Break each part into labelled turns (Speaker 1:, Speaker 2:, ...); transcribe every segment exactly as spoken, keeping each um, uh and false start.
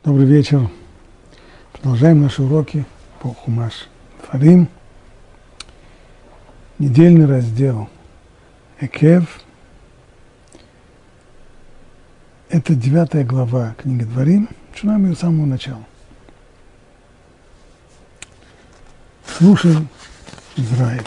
Speaker 1: Добрый вечер. Продолжаем наши уроки по Хумаш Дворим. Недельный раздел Экев. Это девятая глава книги Дворим. Начинаем ее с самого начала. Слушай, Израиль.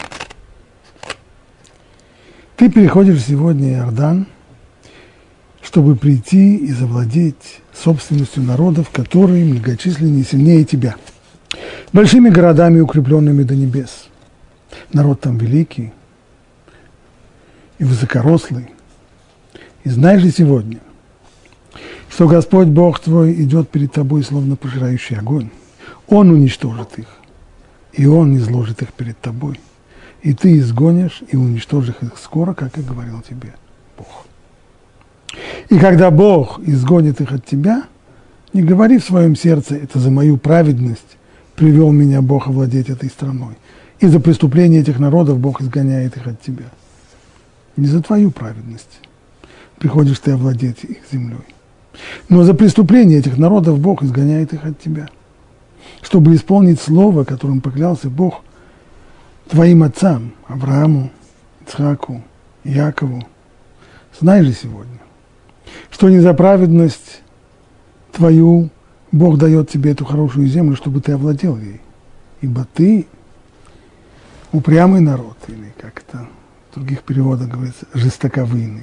Speaker 1: Ты переходишь сегодня Иордан, чтобы прийти и завладеть собственностью народов, которые многочисленнее и сильнее тебя, большими городами, укрепленными до небес. Народ там великий и высокорослый. И знай же сегодня, что Господь Бог твой идет перед тобой, словно пожирающий огонь. Он уничтожит их, и Он изложит их перед тобой. И ты изгонишь и уничтожишь их скоро, как и говорил тебе Бог. И когда Бог изгонит их от тебя, не говори в своем сердце: это за мою праведность привел меня Бог овладеть этой страной. И за преступление этих народов Бог изгоняет их от тебя. Не за твою праведность приходишь ты овладеть их землей, но за преступление этих народов Бог изгоняет их от тебя, чтобы исполнить слово, которым поклялся Бог твоим отцам, Аврааму, Ицхаку, Якову. Знай же сегодня, что не за праведность твою Бог дает тебе эту хорошую землю, чтобы ты овладел ей. Ибо ты упрямый народ, или как это в других переводах говорится, жестоковыйный.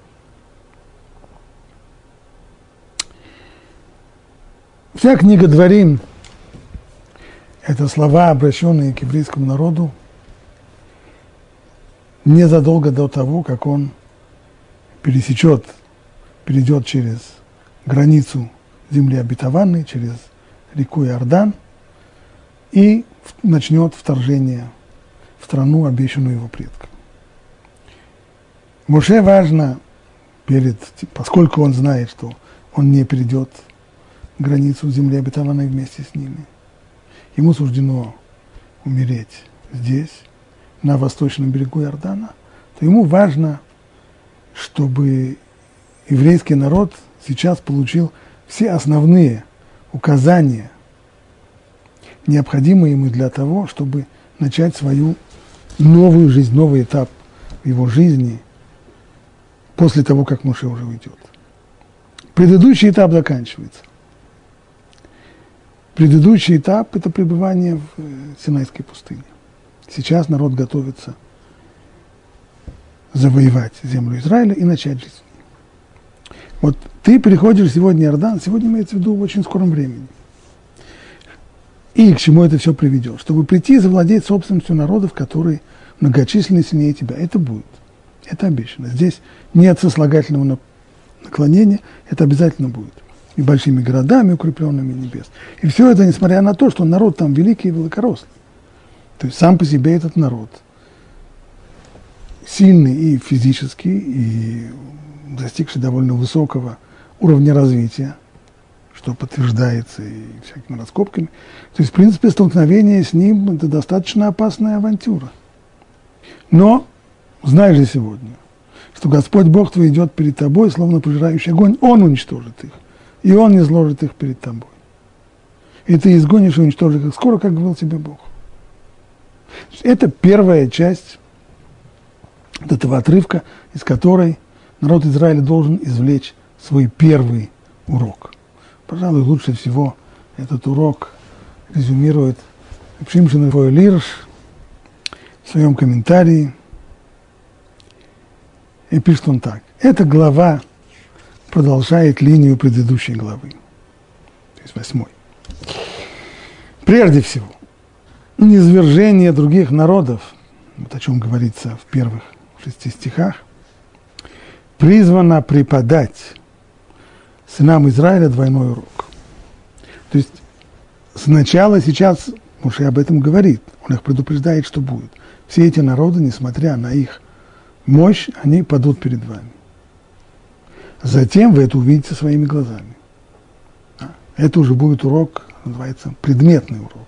Speaker 1: Вся книга Дворим – это слова, обращенные к еврейскому народу незадолго до того, как он пересечет, перейдет через границу земли обетованной, через реку Иордан, и начнет вторжение в страну, обещанную его предкам. Моше важно, перед, поскольку он знает, что он не перейдет границу земли обетованной вместе с ними, ему суждено умереть здесь, на восточном берегу Иордана, то ему важно, чтобы еврейский народ сейчас получил все основные указания, необходимые ему для того, чтобы начать свою новую жизнь, новый этап в его жизни после того, как Моше уже уйдет. Предыдущий этап заканчивается. Предыдущий этап – это пребывание в Синайской пустыне. Сейчас народ готовится завоевать землю Израиля и начать жизнь. Вот ты переходишь сегодня Иордан, сегодня имеется в виду в очень скором времени. И к чему это все приведет? Чтобы прийти и завладеть собственностью народов, которые многочисленнее сильнее тебя. Это будет. Это обещано. Здесь нет сослагательного наклонения, это обязательно будет. И большими городами, укрепленными небес. И все это, несмотря на то, что народ там великий и великорослый. То есть сам по себе этот народ сильный и физически, и достигший довольно высокого уровня развития, что подтверждается и всякими раскопками. То есть, в принципе, столкновение с ним – это достаточно опасная авантюра. Но знай же сегодня, что Господь Бог твой идет перед тобой, словно пожирающий огонь. Он уничтожит их, и Он изложит их перед тобой. И ты изгонишь и уничтожишь их скоро, как говорил тебе Бог. Это первая часть этого отрывка, из которой народ Израиля должен извлечь свой первый урок. Пожалуй, лучше всего этот урок резюмирует Шимшон Лирш в своем комментарии. И пишет он так. Эта глава продолжает линию предыдущей главы, то есть восьмой. Прежде всего, низвержение других народов, вот о чем говорится в первых шести стихах, призвано преподать сынам Израиля двойной урок. То есть сначала сейчас Моше об этом говорит, он их предупреждает, что будет. Все эти народы, несмотря на их мощь, они падут перед вами. Затем вы это увидите своими глазами. Это уже будет урок, называется предметный урок.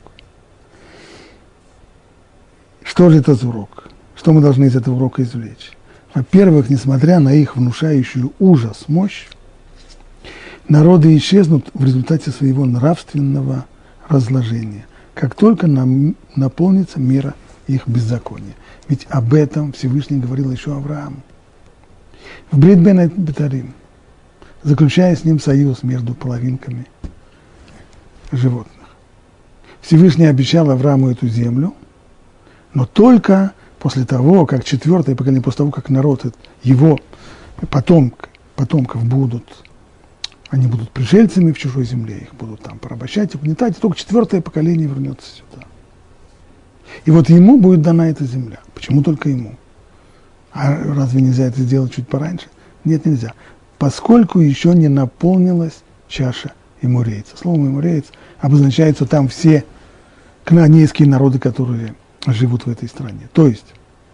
Speaker 1: Что же это за урок? Что мы должны из этого урока извлечь? Во-первых, несмотря на их внушающую ужас мощь, народы исчезнут в результате своего нравственного разложения, как только нам наполнится мера их беззакония. Ведь об этом Всевышний говорил еще Аврааму. В Брит бен Бетарим, заключая с ним союз между половинками животных, Всевышний обещал Аврааму эту землю, но только после того, как четвертое поколение, после того, как народ, его потомок, потомков будут, они будут пришельцами в чужой земле, их будут там порабощать, угнетать, и только четвертое поколение вернется сюда. И вот ему будет дана эта земля. Почему только ему? А разве нельзя это сделать чуть пораньше? Нет, нельзя. Поскольку еще не наполнилась чаша эморейца. Словом эмореец обозначается там все кнаанейские народы, которые живут в этой стране. То есть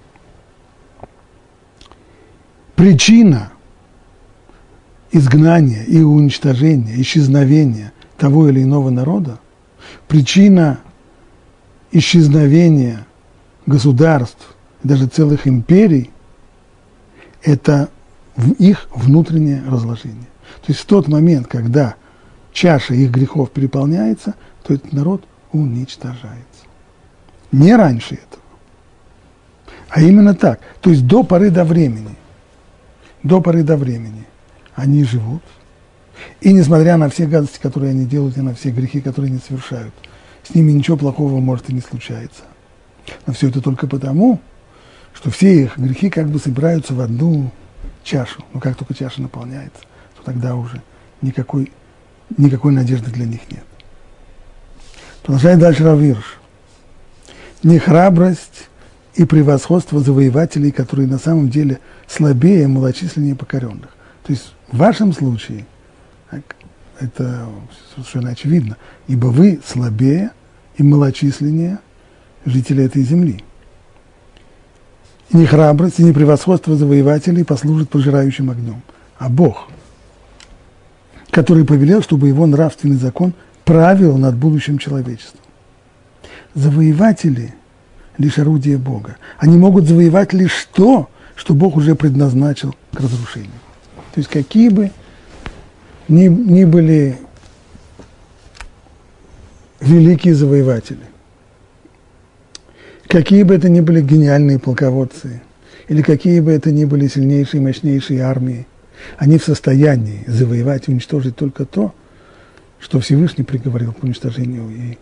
Speaker 1: причина изгнания и уничтожения, исчезновения того или иного народа, причина исчезновения государств, даже целых империй, это их внутреннее разложение. То есть в тот момент, когда чаша их грехов переполняется, то этот народ уничтожается. Не раньше этого, а именно так. То есть до поры до времени, до поры до времени они живут, и несмотря на все гадости, которые они делают, и на все грехи, которые они совершают, с ними ничего плохого может и не случается. Но все это только потому, что все их грехи как бы собираются в одну чашу. Но как только чаша наполняется, то тогда уже никакой, никакой надежды для них нет. Продолжает дальше Рав Ирш. Не храбрость и превосходство завоевателей, которые на самом деле слабее, малочисленнее покоренных. То есть в вашем случае это совершенно очевидно, ибо вы слабее и малочисленнее жители этой земли. И не храбрость, и не превосходство завоевателей послужит пожирающим огнем, а Бог, который повелел, чтобы его нравственный закон правил над будущим человечеством. Завоеватели – лишь орудие Бога. Они могут завоевать лишь то, что Бог уже предназначил к разрушению. То есть какие бы ни, ни были великие завоеватели, какие бы это ни были гениальные полководцы, или какие бы это ни были сильнейшие, мощнейшие армии, они в состоянии завоевать и уничтожить только то, что Всевышний приговорил к уничтожению и,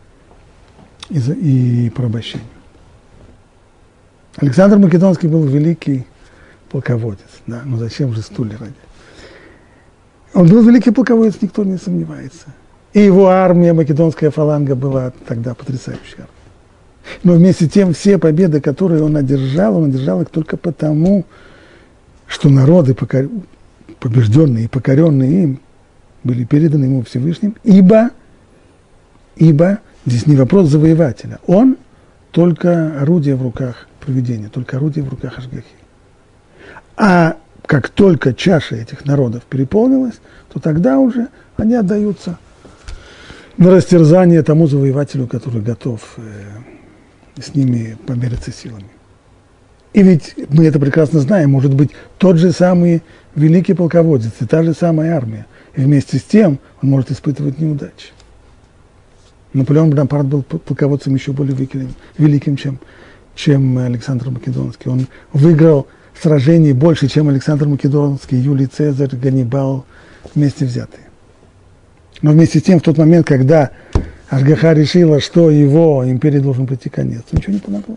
Speaker 1: и, и порабощению. Александр Македонский был великий полководец, да, но зачем же стулья ради? Он был великий полководец, никто не сомневается. И его армия, македонская фаланга, была тогда потрясающей армией. Но вместе с тем все победы, которые он одержал, он одержал их только потому, что народы, покор... побежденные и покоренные им, были переданы ему Всевышним, ибо, ибо здесь не вопрос завоевателя, он только орудие в руках провидения, только орудие в руках Ашгахи. А как только чаша этих народов переполнилась, то тогда уже они отдаются на растерзание тому завоевателю, который готов э, с ними помериться силами. И ведь мы это прекрасно знаем, может быть, тот же самый великий полководец и та же самая армия, и вместе с тем он может испытывать неудачи. Наполеон Бонапарт был полководцем еще более великим, великим чем, чем Александр Македонский. Он выиграл сражений больше, чем Александр Македонский, Юлий Цезарь, Ганнибал вместе взятые. Но вместе с тем, в тот момент, когда Ашгаха решила, что его империи должен прийти конец, ничего не помогло.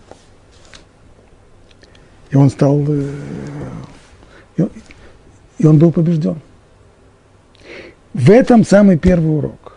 Speaker 1: И он стал, и он был побежден. В этом самый первый урок.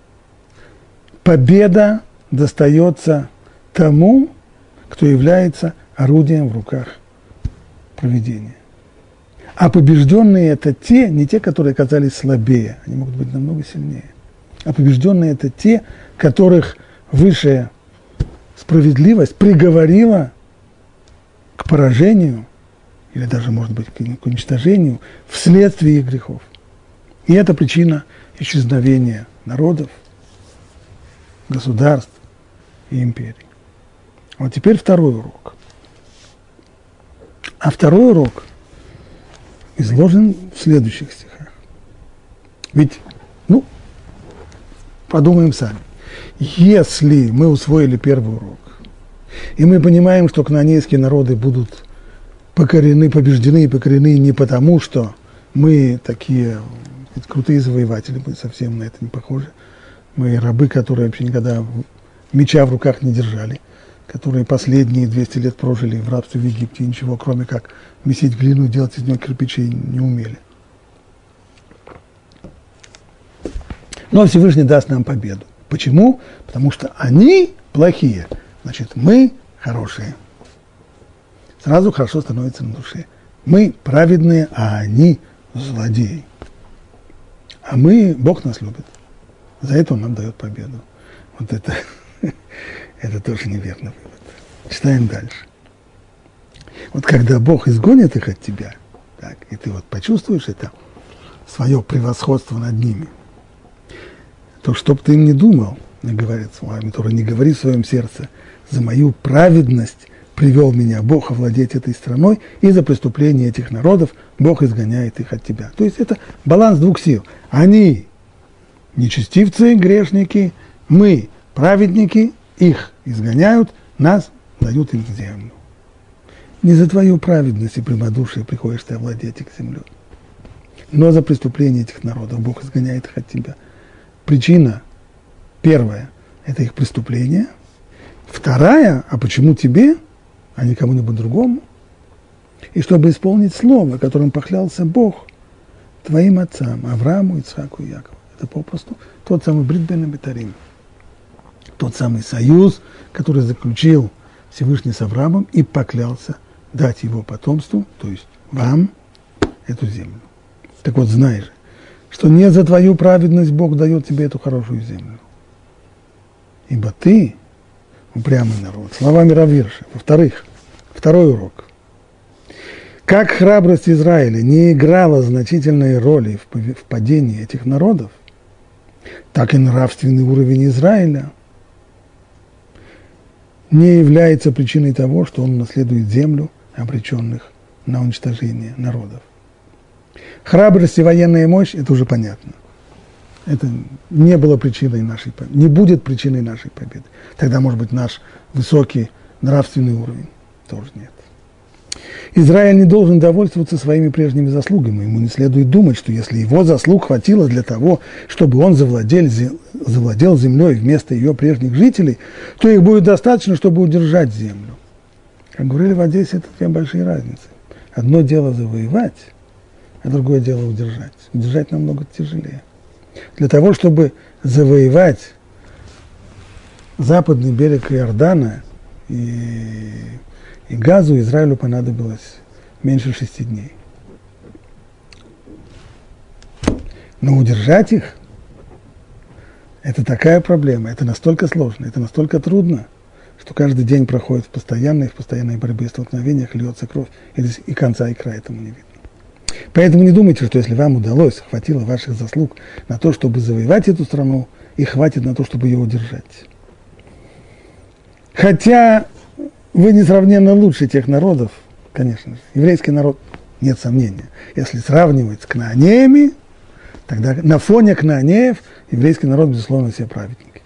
Speaker 1: Победа достается тому, кто является орудием в руках провидения. А побежденные – это те, не те, которые оказались слабее, они могут быть намного сильнее. А побежденные – это те, которых высшая справедливость приговорила к поражению, или даже, может быть, к уничтожению вследствие их грехов. И это причина исчезновения народов, государств и империй. Вот теперь второй урок. А второй урок изложен в следующих стихах. Ведь, ну, подумаем сами. Если мы усвоили первый урок, и мы понимаем, что кнаанейские народы будут покорены, побеждены и покорены не потому, что мы такие крутые завоеватели, мы совсем на это не похожи. Мы рабы, которые вообще никогда меча в руках не держали, которые последние двести лет прожили в рабстве в Египте, и ничего, кроме как месить глину, делать из нее кирпичей, не умели. Но Всевышний даст нам победу. Почему? Потому что они плохие, значит, мы хорошие. Сразу хорошо становится на душе. Мы праведные, а они злодеи. А мы, Бог нас любит. За это Он нам дает победу. Вот это, это тоже неверный вывод. Читаем дальше. Вот когда Бог изгонит их от тебя, так, и ты вот почувствуешь это, свое превосходство над ними, то чтоб ты им не думал, говорит словами Торы, не говори в своем сердце, за мою праведность привел меня Бог овладеть этой страной, и за преступление этих народов Бог изгоняет их от тебя. То есть это баланс двух сил. Они нечестивцы, грешники, мы праведники, их изгоняют, нас дают им землю. Не за твою праведность и прямодушие приходишь ты овладеть их землей, но за преступление этих народов Бог изгоняет их от тебя. Причина первая – это их преступление. Вторая – а почему тебе, а не кому-нибудь другому? И чтобы исполнить слово, которым поклялся Бог твоим отцам, Аврааму, Ицхаку и Якову. Это попросту тот самый Брит бен Абитарим, тот самый союз, который заключил Всевышний с Авраамом и поклялся дать его потомству, то есть вам, эту землю. Так вот, знай же, что не за твою праведность Бог дает тебе эту хорошую землю. Ибо ты упрямый народ. Словами Рав Ирша. Во-вторых, второй урок. Как храбрость Израиля не играла значительной роли в падении этих народов, так и нравственный уровень Израиля не является причиной того, что он наследует землю обреченных на уничтожение народов. Храбрость и военная мощь – это уже понятно. Это не было причиной нашей победы, не будет причиной нашей победы. Тогда, может быть, наш высокий нравственный уровень тоже нет. Израиль не должен довольствоваться своими прежними заслугами. Ему не следует думать, что если его заслуг хватило для того, чтобы он завладел, завладел землей вместо ее прежних жителей, то их будет достаточно, чтобы удержать землю. Как говорили в Одессе, это две большие разницы. Одно дело завоевать, а другое дело удержать. Удержать намного тяжелее. Для того, чтобы завоевать западный берег Иордана и, и Газу, Израилю понадобилось меньше шести дней. Но удержать их – это такая проблема, это настолько сложно, это настолько трудно, что каждый день проходит в постоянной, в постоянной борьбе и столкновениях, льется кровь, и, и конца и края этому не видно. Поэтому не думайте, что если вам удалось, хватило ваших заслуг на то, чтобы завоевать эту страну, и хватит на то, чтобы ее удержать. Хотя вы несравненно лучше тех народов, конечно же. Еврейский народ, нет сомнения. Если сравнивать с кнаанеями, тогда на фоне кнаанеев еврейский народ, безусловно, все праведники.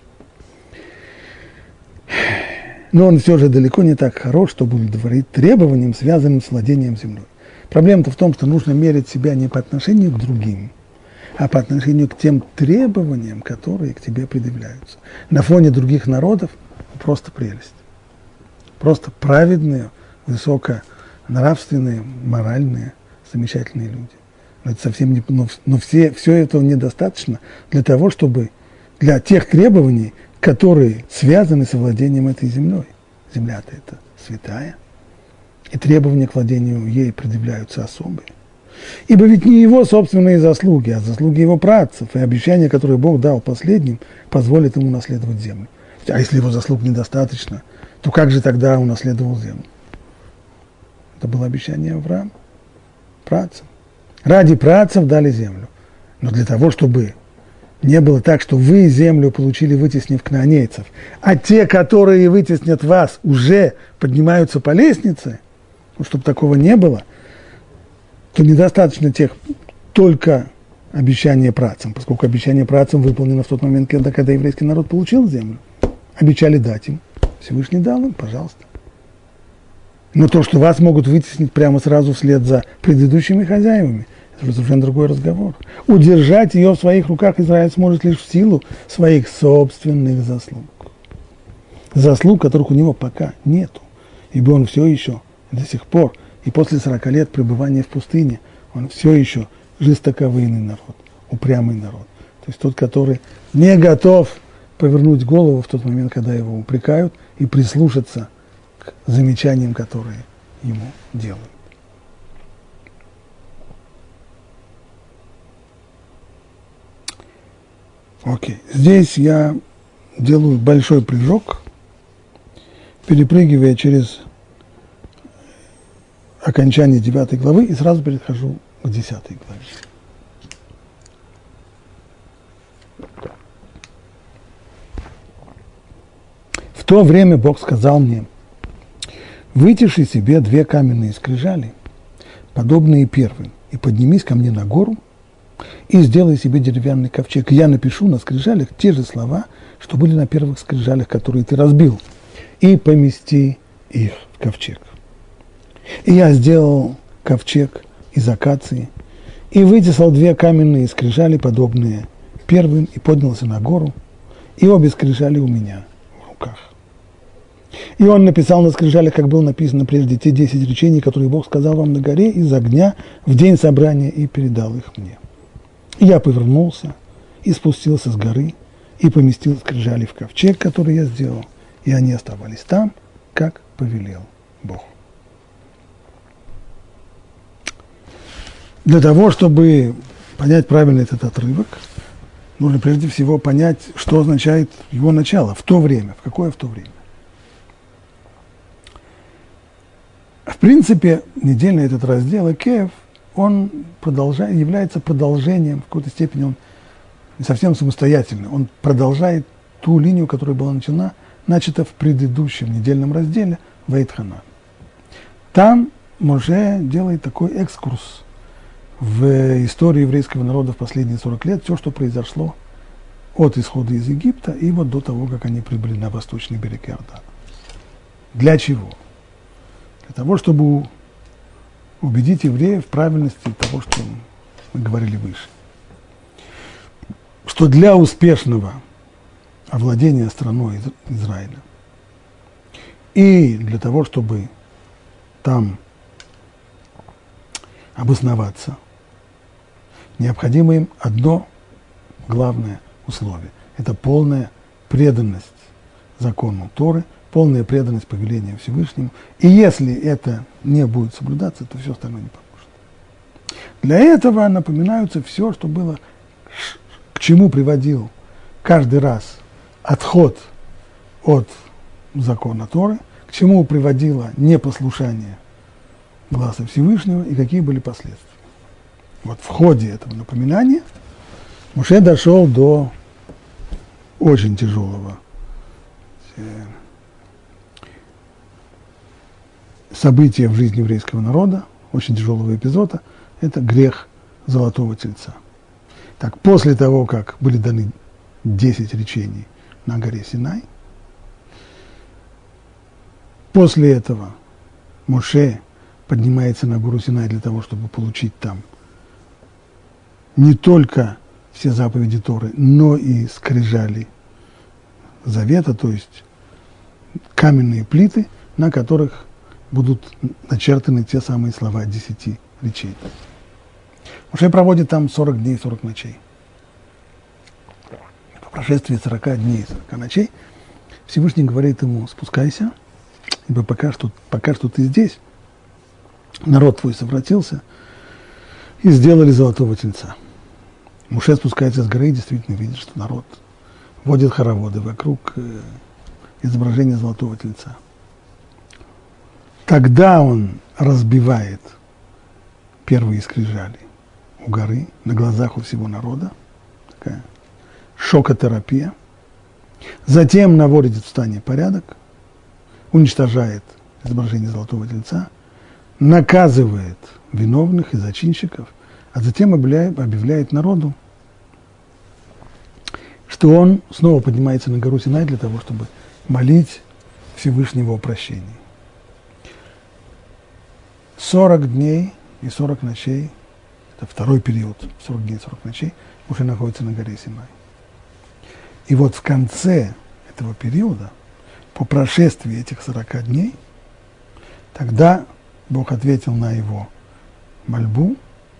Speaker 1: Но он все же далеко не так хорош, чтобы удовлетворить требованиям, связанным с владением землей. Проблема-то в том, что нужно мерить себя не по отношению к другим, а по отношению к тем требованиям, которые к тебе предъявляются. На фоне других народов просто прелесть. Просто праведные, высоконравственные, моральные, замечательные люди. Но это совсем не, но, но все, все этого недостаточно для того, чтобы, для тех требований, которые связаны с владением этой землей. Земля-то это святая. И требования к владению ей предъявляются особые. Ибо ведь не его собственные заслуги, а заслуги его працев и обещания, которые Бог дал последним, позволят ему наследовать землю. А если его заслуг недостаточно, то как же тогда он наследовал землю? Это было обещание Авраама, працам. Ради працев дали землю. Но для того, чтобы не было так, что вы землю получили, вытеснив кнаанейцев, а те, которые вытеснят вас, уже поднимаются по лестнице, чтобы такого не было, то недостаточно тех только обещание працам, поскольку обещание працам выполнено в тот момент, когда, когда еврейский народ получил землю. Обещали дать им. Всевышний дал им, пожалуйста. Но то, что вас могут вытеснить прямо сразу вслед за предыдущими хозяевами, это совершенно другой разговор. Удержать ее в своих руках Израиль сможет лишь в силу своих собственных заслуг. Заслуг, которых у него пока нету. Ибо он все еще до сих пор, и после сорока лет пребывания в пустыне, он все еще жестоковыйный народ, упрямый народ. То есть тот, который не готов повернуть голову в тот момент, когда его упрекают, и прислушаться к замечаниям, которые ему делают. Окей, здесь я делаю большой прыжок, перепрыгивая через окончание девятой главы, и сразу перехожу к десятой главе. В то время Бог сказал мне: вытиши себе две каменные скрижали, подобные первым, и поднимись ко мне на гору, и сделай себе деревянный ковчег. Я напишу на скрижалях те же слова, что были на первых скрижалях, которые ты разбил, и помести их в ковчег. И я сделал ковчег из акации, и вытесал две каменные скрижали, подобные первым, и поднялся на гору, и обе скрижали у меня в руках. И он написал на скрижалях, как было написано прежде, те десять речений, которые Бог сказал вам на горе из огня в день собрания, и передал их мне. И я повернулся и спустился с горы, и поместил скрижали в ковчег, который я сделал, и они оставались там, как повелел Бог. Для того, чтобы понять правильно этот отрывок, нужно прежде всего понять, что означает его начало, в то время, в какое в то время. В принципе, недельный этот раздел Экев, он продолжает, является продолжением, в какой-то степени он не совсем самостоятельный, он продолжает ту линию, которая была начата, начата в предыдущем недельном разделе Ваэйт-Ханан. Там Моше делает такой экскурс в истории еврейского народа в последние сорок лет, все, что произошло от исхода из Египта и вот до того, как они прибыли на восточный берег Иордана. Для чего? Для того, чтобы убедить евреев в правильности того, что мы говорили выше. Что для успешного овладения страной Израиля и для того, чтобы там обосноваться, необходимо им одно главное условие. Это полная преданность закону Торы, полная преданность повелениям Всевышнему. И если это не будет соблюдаться, то все остальное не поможет. Для этого напоминаются все, что было, к чему приводил каждый раз отход от закона Торы, к чему приводило непослушание гласа Всевышнего и какие были последствия. Вот в ходе этого напоминания Моше дошел до очень тяжелого события в жизни еврейского народа, очень тяжелого эпизода, это грех золотого тельца. Так, после того, как были даны десять речений на горе Синай, после этого Моше поднимается на гору Синай для того, чтобы получить там не только все заповеди Торы, но и скрижали завета, то есть каменные плиты, на которых будут начертаны те самые слова десяти речей. Моше проводит там сорок дней, сорок ночей. По прошествии сорока дней, сорока ночей Всевышний говорит ему: спускайся, ибо пока что, пока что ты здесь, народ твой совратился, и сделали золотого тельца. Моше спускается с горы и действительно видит, что народ водит хороводы вокруг э, изображения золотого тельца. Тогда он разбивает первые скрижали у горы, на глазах у всего народа, такая шокотерапия. Затем наводит в стане порядок, уничтожает изображение золотого тельца, наказывает виновных и зачинщиков, а затем объявляет, объявляет народу, что он снова поднимается на гору Синай для того, чтобы молить Всевышнего о прощении. сорок дней и сорок ночей, это второй период, сорок дней и сорок ночей, уже находится на горе Синай. И вот в конце этого периода, по прошествии этих сорока дней, тогда Бог ответил на его мольбу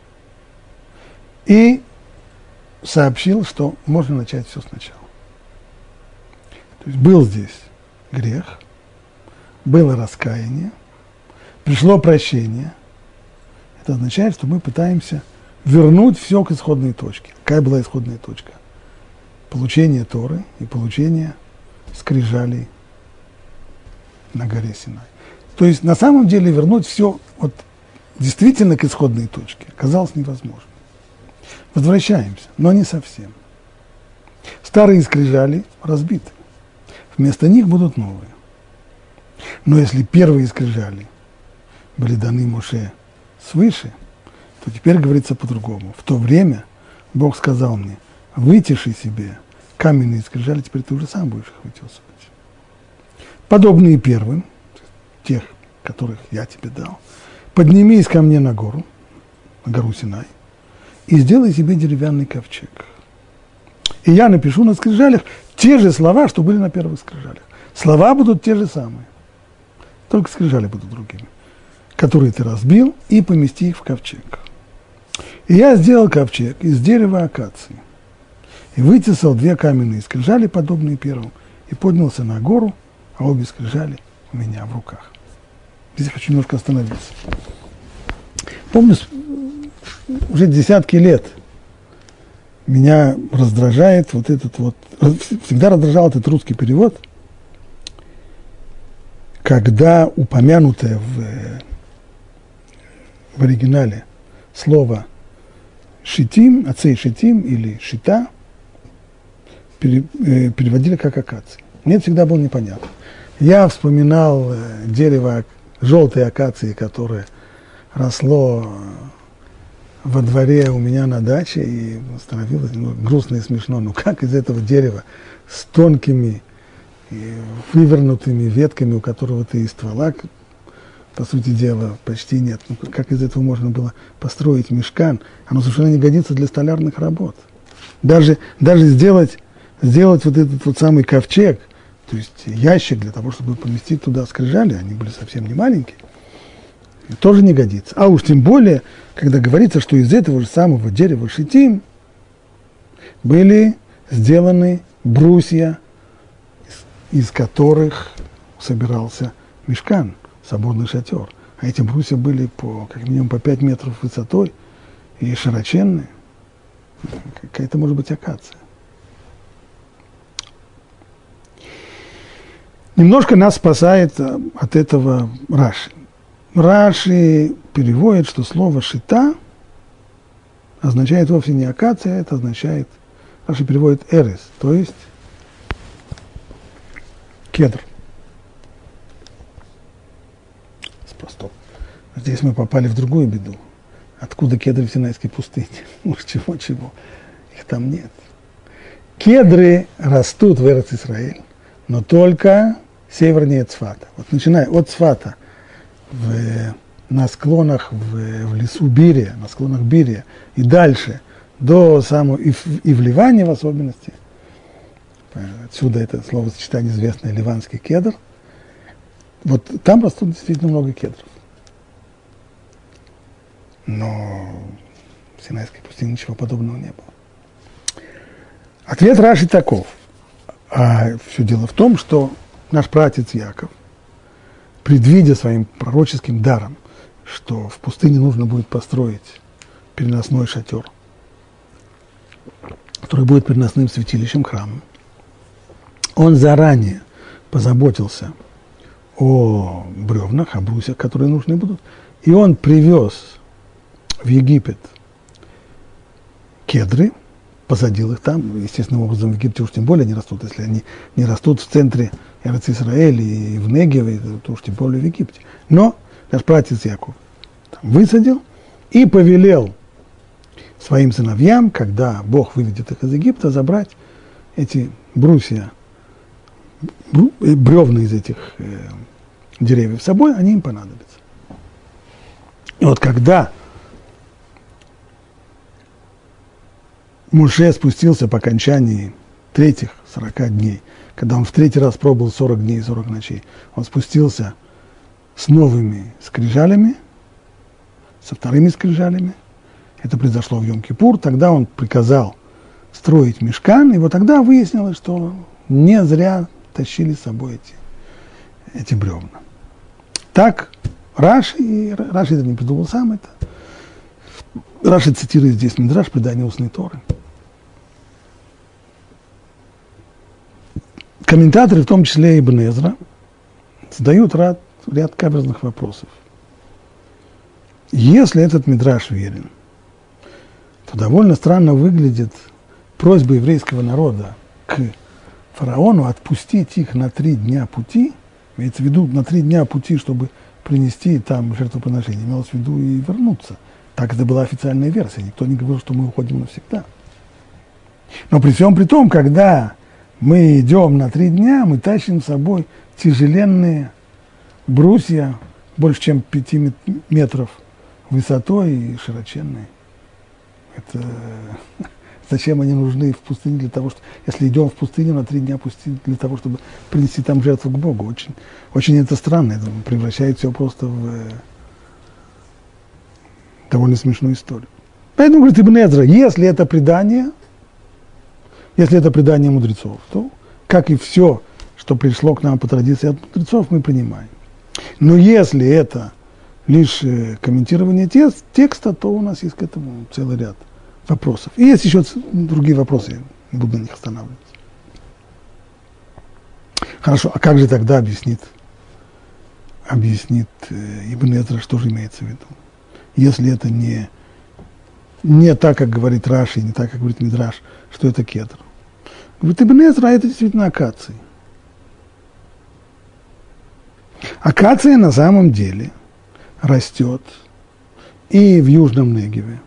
Speaker 1: и сообщил, что можно начать все сначала. То есть был здесь грех, было раскаяние, пришло прощение. Это означает, что мы пытаемся вернуть все к исходной точке. Какая была исходная точка? Получение Торы и получение скрижалей на горе Синай. То есть на самом деле вернуть все вот действительно к исходной точке оказалось невозможно. Возвращаемся, но не совсем. Старые скрижали разбиты. Вместо них будут новые. Но если первые скрижали были даны Моше свыше, то теперь говорится по-другому. В то время Бог сказал мне: вытеши себе каменные скрижали, теперь ты уже сам будешь их вытесывать. Подобные первым, тех, которых я тебе дал, поднимись ко мне на гору, на гору Синай, и сделай себе деревянный ковчег. И я напишу на скрижалях те же слова, что были на первых скрижалях. Слова будут те же самые, только скрижали будут другими, которые ты разбил, и помести их в ковчег. И я сделал ковчег из дерева акации, и вытесал две каменные скрижали, подобные первым, и поднялся на гору, а обе скрижали у меня в руках. Здесь я хочу немножко остановиться. Помню, уже десятки лет меня раздражает вот этот вот, всегда раздражал этот русский перевод, когда упомянутое в, в оригинале слово «шитим», «ацей шитим» или «шита» пере, э, переводили как «акации». Мне это всегда было непонятно. Я вспоминал э, дерево желтой акации, которое росло во дворе у меня на даче, и становилось ну, грустно и смешно. Ну как из этого дерева с тонкими и вывернутыми ветками, у которого-то и ствола, по сути дела, почти нет. Ну, как из этого можно было построить мишкан? Оно совершенно не годится для столярных работ. Даже, даже сделать, сделать вот этот вот самый ковчег, то есть ящик для того, чтобы поместить туда скрижали, они были совсем не маленькие, тоже не годится. А уж тем более, когда говорится, что из этого же самого дерева шитим были сделаны брусья, из, из которых собирался мишкан, соборный шатер. А эти брусья были по, как минимум по пять метров высотой и широченные. Какая-то, может быть, акация. Немножко нас спасает от этого Раши. Раши переводит, что слово «шита» означает вовсе не акация, это означает, Раши переводит «эрес», то есть кедр. Стоп. Здесь мы попали в другую беду. Откуда кедры в Синайской пустыне? Уж чего-чего. Их там нет. Кедры растут в Эрец-Исраэль, но только севернее Цфата. Вот начиная от Цфата в, на склонах в, в лесу Бирия, на склонах Бирия, и дальше до самого, и в, и в Ливане в особенности, отсюда это словосочетание известное, ливанский кедр, вот там растут действительно много кедров. Но в Синайской пустыне ничего подобного не было. Ответ Раши таков. А все дело в том, что наш праотец Яков, предвидя своим пророческим даром, что в пустыне нужно будет построить переносной шатер, который будет переносным святилищем, храмом, он заранее позаботился о бревнах, о брусьях, которые нужны будут, и он привез в Египет кедры, посадил их там, естественным образом в Египте уж тем более не растут, если они не растут в центре Эрец-Исраэля и в Негеве, то уж тем более в Египте. Но наш праотец Яков там высадил и повелел своим сыновьям, когда Бог выведет их из Египта, забрать эти брусья, бревна из этих э, деревьев с собой, они им понадобятся. И вот когда Моше спустился по окончании третьих сорока дней, когда он в третий раз пробыл сорок дней и сорок ночей, он спустился с новыми скрижалями, со вторыми скрижалями. Это произошло в Йом-Кипур. Тогда он приказал строить мишкан, и вот тогда выяснилось, что не зря тащили с собой эти, эти бревна. Так Раши, и Раши это не придумал сам, это Раши цитирует здесь Мидраш, предание устной Торы. Комментаторы, в том числе Ибн Эзра, задают ряд, ряд каверзных вопросов. Если этот Мидраш верен, то довольно странно выглядит просьба еврейского народа к фараону отпустить их на три дня пути, имеется в виду на три дня пути, чтобы принести там жертвоприношение, имелось в виду и вернуться. Так это была официальная версия, никто не говорил, что мы уходим навсегда. Но при всем при том, когда мы идем на три дня, мы тащим с собой тяжеленные брусья, больше чем пяти метров высотой и широченные. Это зачем они нужны в пустыне для того, что, если идем в пустыню на три дня пустить для того, чтобы принести там жертву к Богу, очень, очень это странно, это превращает все просто в довольно смешную историю. Поэтому говорит Ибн Эзра, если это предание, если это предание мудрецов, то, как и все, что пришло к нам по традиции от мудрецов, мы принимаем. Но если это лишь комментирование текста, то у нас есть к этому целый ряд вопросов. И есть еще другие вопросы, я не буду на них останавливаться. Хорошо, а как же тогда объяснит, объяснит Ибн Эзра, что же имеется в виду? Если это не, не так, как говорит Раши, не так, как говорит Мидраш, что это кедр. Говорит, Ибн Эзра, это действительно акация. Акация на самом деле растет и в Южном Негеве,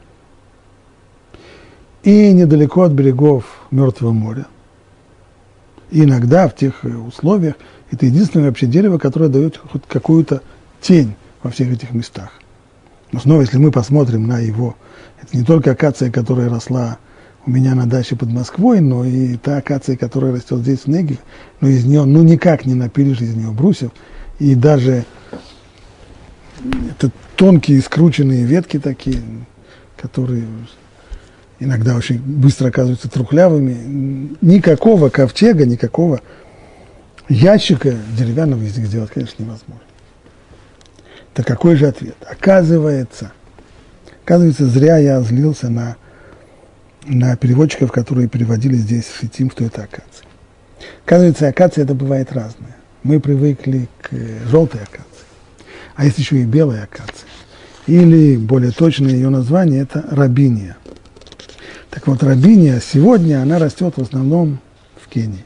Speaker 1: и недалеко от берегов Мертвого моря. И иногда в тех условиях это единственное вообще дерево, которое дает хоть какую-то тень во всех этих местах. Но снова, если мы посмотрим на его, это не только акация, которая росла у меня на даче под Москвой, но и та акация, которая растет здесь в Негеве, но из нее, ну никак не напилишь из нее брусьев, и даже это тонкие скрученные ветки такие, которые иногда очень быстро оказываются трухлявыми, никакого ковчега, никакого ящика деревянного из них сделать, конечно, невозможно. Так какой же ответ? Оказывается, оказывается, зря я злился на, на переводчиков, которые переводили здесь в Шитим, что это акация. Оказывается, акация это бывает разное. Мы привыкли к желтой акации, а есть еще и белая акация. Или, более точное ее название, это рабиния. Так вот, рабиния сегодня, она растет в основном в Кении.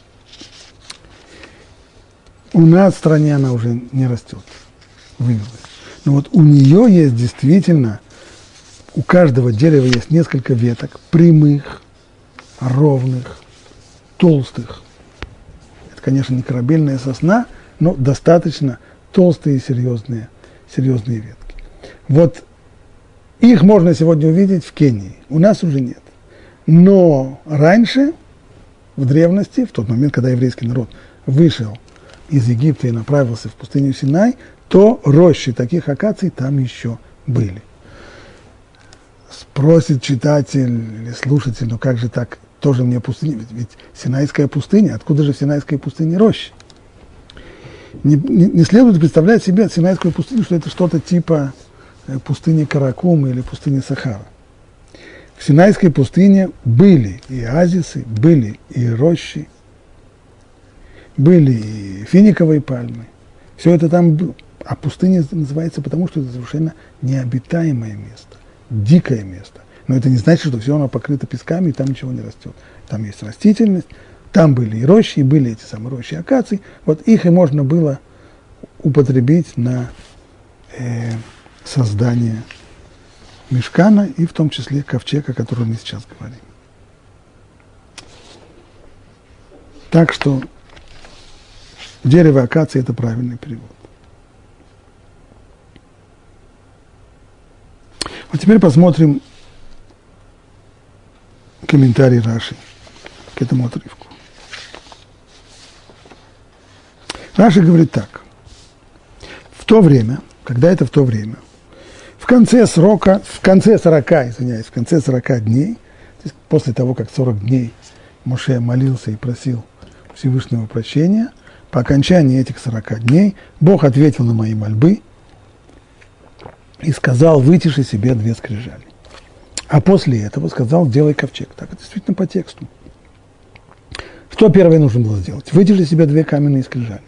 Speaker 1: У нас в стране она уже не растет. Вывелась. Но вот у нее есть действительно, у каждого дерева есть несколько веток, прямых, ровных, толстых. Это, конечно, не корабельная сосна, но достаточно толстые и серьезные, серьезные ветки. Вот их можно сегодня увидеть в Кении, у нас уже нет. Но раньше, в древности, в тот момент, когда еврейский народ вышел из Египта и направился в пустыню Синай, то рощи таких акаций там еще были. Спросит читатель или слушатель, ну как же так, тоже мне пустыня, ведь, ведь Синайская пустыня, откуда же в Синайской пустыне рощи? Не, не, не следует представлять себе Синайскую пустыню, что это что-то типа пустыни Каракума или пустыни Сахара. В Синайской пустыне были и оазисы, были и рощи, были и финиковые пальмы. Все это там было. А пустыня называется потому, что это совершенно необитаемое место, дикое место. Но это не значит, что все оно покрыто песками, и там ничего не растет. Там есть растительность, там были и рощи, и были эти самые рощи акаций. Вот их и можно было употребить на э, создание мишкана и в том числе ковчег, о котором мы сейчас говорим. Так что дерево акации – это правильный перевод. А теперь посмотрим комментарий Раши к этому отрывку. Раши говорит так. В то время, когда это в то время, в конце срока, в конце сорока, извиняюсь, в конце сорока дней, то есть после того, как сорок дней Моше молился и просил Всевышнего прощения, по окончании этих сорока дней Бог ответил на мои мольбы и сказал: вытиши себе две скрижали. А после этого сказал: сделай ковчег. Так это действительно по тексту. Что первое нужно было сделать? Вытиши себе две каменные скрижали.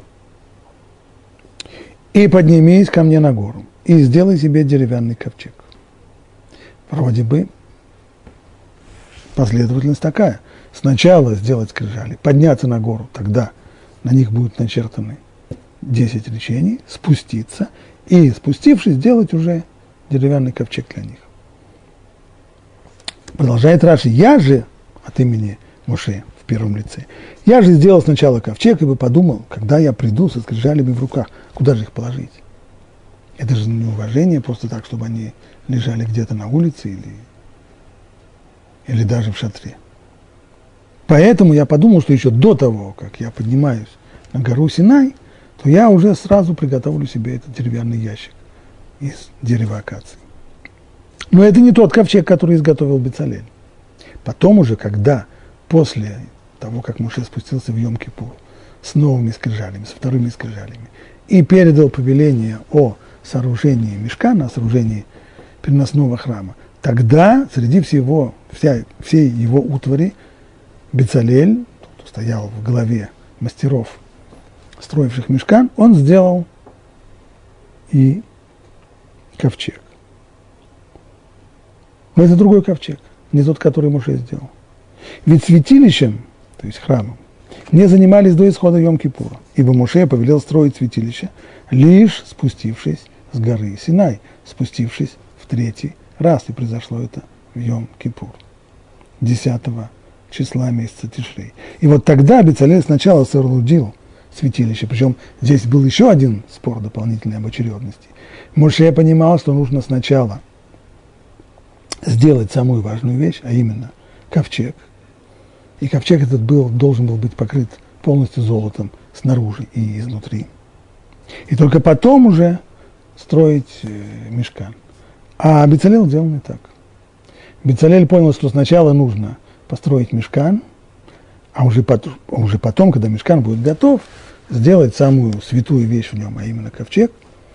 Speaker 1: И поднимись ко мне на гору, и сделай себе деревянный ковчег. Вроде бы последовательность такая. Сначала сделать скрижали, подняться на гору, тогда на них будут начертаны десять речений, спуститься, и спустившись, сделать уже деревянный ковчег для них. Продолжает Раши: я же от имени Моше в первом лице, я же сделал сначала ковчег, и бы подумал, когда я приду со скрижалями в руках, куда же их положить? Это же неуважение, просто так, чтобы они лежали где-то на улице или, или даже в шатре. Поэтому я подумал, что еще до того, как я поднимаюсь на гору Синай, то я уже сразу приготовлю себе этот деревянный ящик из дерева акации. Но это не тот ковчег, который изготовил Бецалель. Потом уже, когда после того, как Моше спустился в Йом-Кипур с новыми скрижалями, с вторыми скрижалями, и передал повеление о сооружении мишкана, о сооружении переносного храма, тогда среди всего, вся, всей его утвари Бецалель, кто стоял в главе мастеров, строивших мишкан, он сделал и ковчег. Но это другой ковчег, не тот, который Моше сделал. Ведь святилищем, то есть храмом, не занимались до исхода Йом-Кипура, ибо Моше повелел строить святилище, лишь спустившись с горы Синай, спустившись в третий раз, и произошло это в Йом-Кипур, десятого числа месяца Тишрей. И вот тогда Бецалель сначала соорудил святилище, причем здесь был еще один спор дополнительный об очередности. Моше понимал, что нужно сначала сделать самую важную вещь, а именно ковчег. И ковчег этот был, должен был быть покрыт полностью золотом снаружи и изнутри. И только потом уже строить э, мишкан. А Бецалель сделал не так. Бецалель понял, что сначала нужно построить мишкан, а уже потом, уже потом, когда мишкан будет готов, сделать самую святую вещь в нем, а именно ковчег.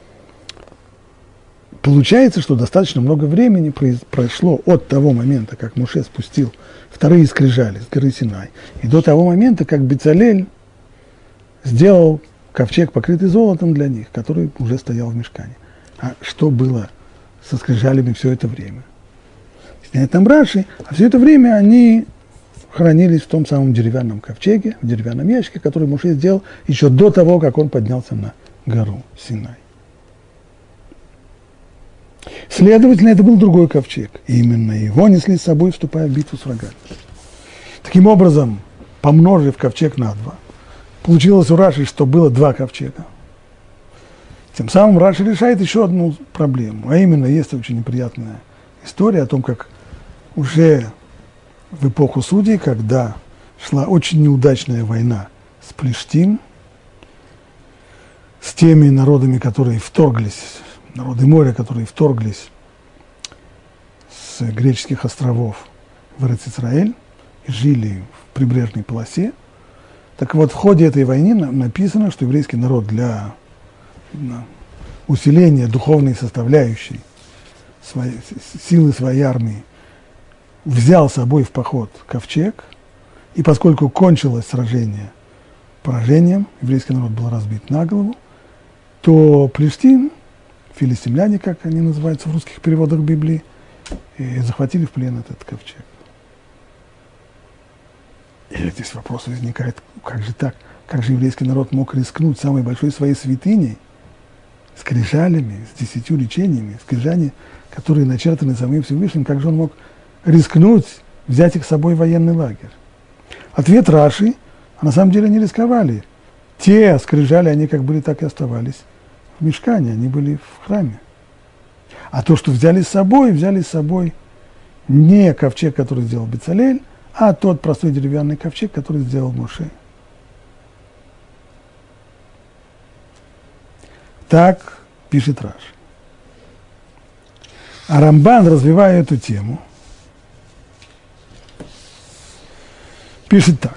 Speaker 1: Получается, что достаточно много времени прошло от того момента, как Моше спустил вторые скрижали с горы Синай, и до того момента, как Бецалель сделал ковчег, покрытый золотом для них, который уже стоял в мишкане. А что было со скрижалями все это время? Сняет там Раши, а все это время они хранились в том самом деревянном ковчеге, в деревянном ящике, который Моше сделал еще до того, как он поднялся на гору Синай. Следовательно, это был другой ковчег. И именно его несли с собой, вступая в битву с врагами. Таким образом, помножив ковчег на два, получилось у Раши, что было два ковчега. Тем самым Раши решает еще одну проблему. А именно, есть очень неприятная история о том, как уже в эпоху Судей, когда шла очень неудачная война с Плештим, с теми народами, которые вторглись, народы моря, которые вторглись с греческих островов в Эрец-Исраэль и жили в прибрежной полосе. Так вот, в ходе этой войны написано, что еврейский народ для усиления духовной составляющей своей, силы своей армии взял с собой в поход ковчег, и поскольку кончилось сражение поражением, еврейский народ был разбит на голову, то Плештим, филистимляне, как они называются в русских переводах Библии, захватили в плен этот ковчег. И здесь вопрос возникает, как же так? Как же еврейский народ мог рискнуть самой большой своей святыней скрижалями, с десятью речениями, скрижали, которые начертаны самим Всевышним, как же он мог рискнуть взять их с собой в военный лагерь? Ответ Раши, а на самом деле не рисковали. Те скрижали, они как были, так и оставались в мишкане, они были в храме. А то, что взяли с собой, взяли с собой не ковчег, который сделал Бецалель, а тот простой деревянный ковчег, который сделал Моше. Так пишет Раши. А Рамбан, развивая эту тему, пишет так.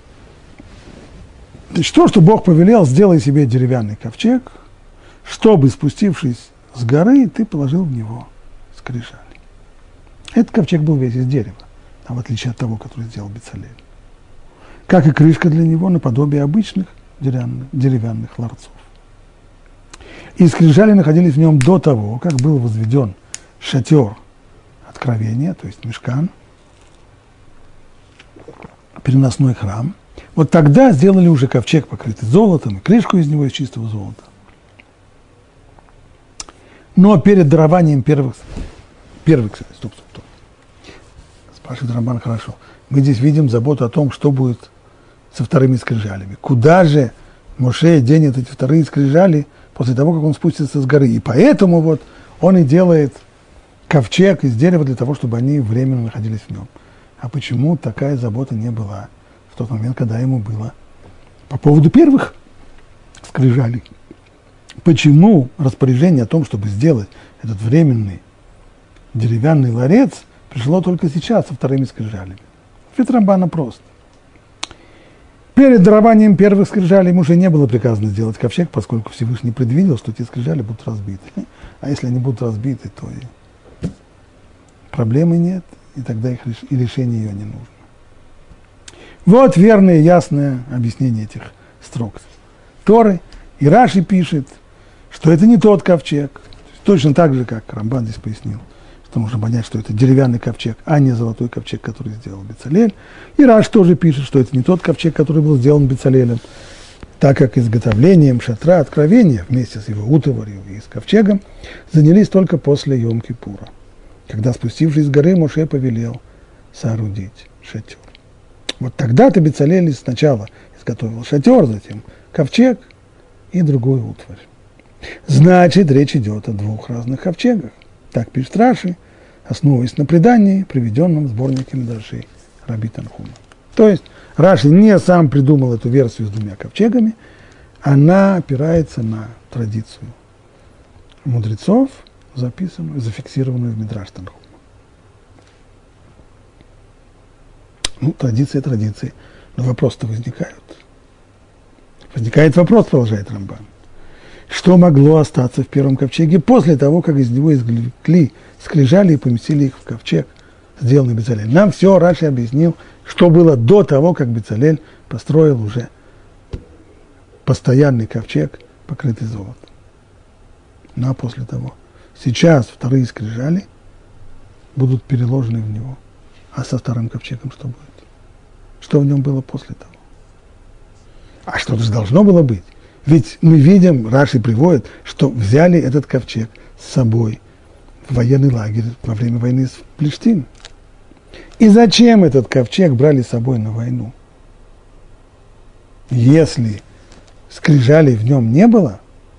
Speaker 1: Значит, то, что Бог повелел, сделай себе деревянный ковчег, чтобы, спустившись с горы, ты положил в него скрижали. Этот ковчег был весь из дерева, а в отличие от того, который сделал Бецалель. Как и крышка для него, наподобие обычных деревянных, деревянных ларцов. И скрижали находились в нем до того, как был возведен шатер откровения, то есть мишкан, переносной храм. Вот тогда сделали уже ковчег, покрытый золотом, и крышку из него из чистого золота. Но перед дарованием первых... Первых, стоп, стоп, стоп. Спрашивает Рамбан, хорошо. Мы здесь видим заботу о том, что будет со вторыми скрижалями. Куда же Моше денет эти вторые скрижали после того, как он спустится с горы? И поэтому вот он и делает ковчег из дерева для того, чтобы они временно находились в нем. А почему такая забота не была в тот момент, когда ему было по поводу первых скрижалей? Почему распоряжение о том, чтобы сделать этот временный деревянный ларец, пришло только сейчас со вторыми скрижалями? Ответ Рамбана прост. Перед дарованием первых скрижалей уже не было приказано сделать ковчег, поскольку Всевышний предвидел, что эти скрижали будут разбиты. А если они будут разбиты, то и проблемы нет, и тогда их реш... и решение ее не нужно. Вот верное и ясное объяснение этих строк Торы. И Раши пишет, что это не тот ковчег, точно так же, как Рамбан здесь пояснил, что нужно понять, что это деревянный ковчег, а не золотой ковчег, который сделал Бецалель. И Раш тоже пишет, что это не тот ковчег, который был сделан Бецалелем, так как изготовлением шатра откровения вместе с его утварью и с ковчегом занялись только после Йом-Кипура, когда, спустившись с горы, Моше повелел соорудить шатер. Вот тогда-то Бецалель сначала изготовил шатер, затем ковчег и другую утварь. Значит, речь идет о двух разных ковчегах. Так пишет Раши, основываясь на предании, приведенном в сборнике Мидрашей Раби Танхума. То есть Раши не сам придумал эту версию с двумя ковчегами, она опирается на традицию мудрецов, записанную, зафиксированную в Мидраш Танхума. Ну, традиции, традиции. Но вопросы-то возникают. Возникает вопрос, продолжает Рамбан. Что могло остаться в первом ковчеге после того, как из него извлекли скрижали и поместили их в ковчег, сделанный Бецалель? Нам все Раши объяснил, что было до того, как Бецалель построил уже постоянный ковчег, покрытый золотом. Ну а после того. Сейчас вторые скрижали будут переложены в него. А со вторым ковчегом что будет? Что в нем было после того? А что-то же должно было быть. Ведь мы видим, Раши приводит, что взяли этот ковчег с собой в военный лагерь во время войны с Плештим. И зачем этот ковчег брали с собой на войну? Если скрижалей в нем не было,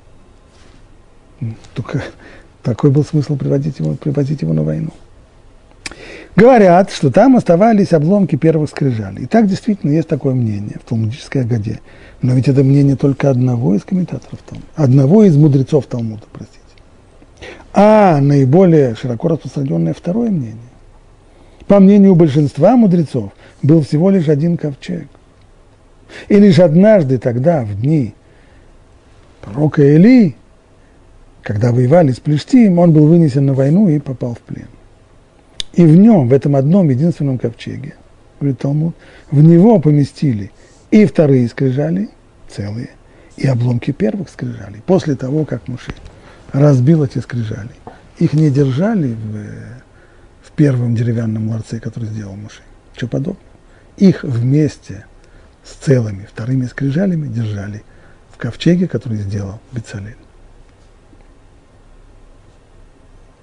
Speaker 1: то какой был смысл приводить его, привозить его на войну? Говорят, что там оставались обломки первых скрижалей. И так действительно есть такое мнение в Талмудической Агаде. Но ведь это мнение только одного из комментаторов Талмуда, одного из мудрецов Талмуда, простите. А наиболее широко распространенное второе мнение. По мнению большинства мудрецов, был всего лишь один ковчег. И лишь однажды тогда, в дни пророка Илии, когда воевали с Плештим, он был вынесен на войну и попал в плен. И в нем, в этом одном единственном ковчеге, говорит Талмуд, в него поместили и вторые скрижали, целые, и обломки первых скрижалей. После того, как Моше разбил эти скрижали, их не держали в, в первом деревянном ларце, который сделал Моше. Что подобное? Их вместе с целыми вторыми скрижалями держали в ковчеге, который сделал Бецалель.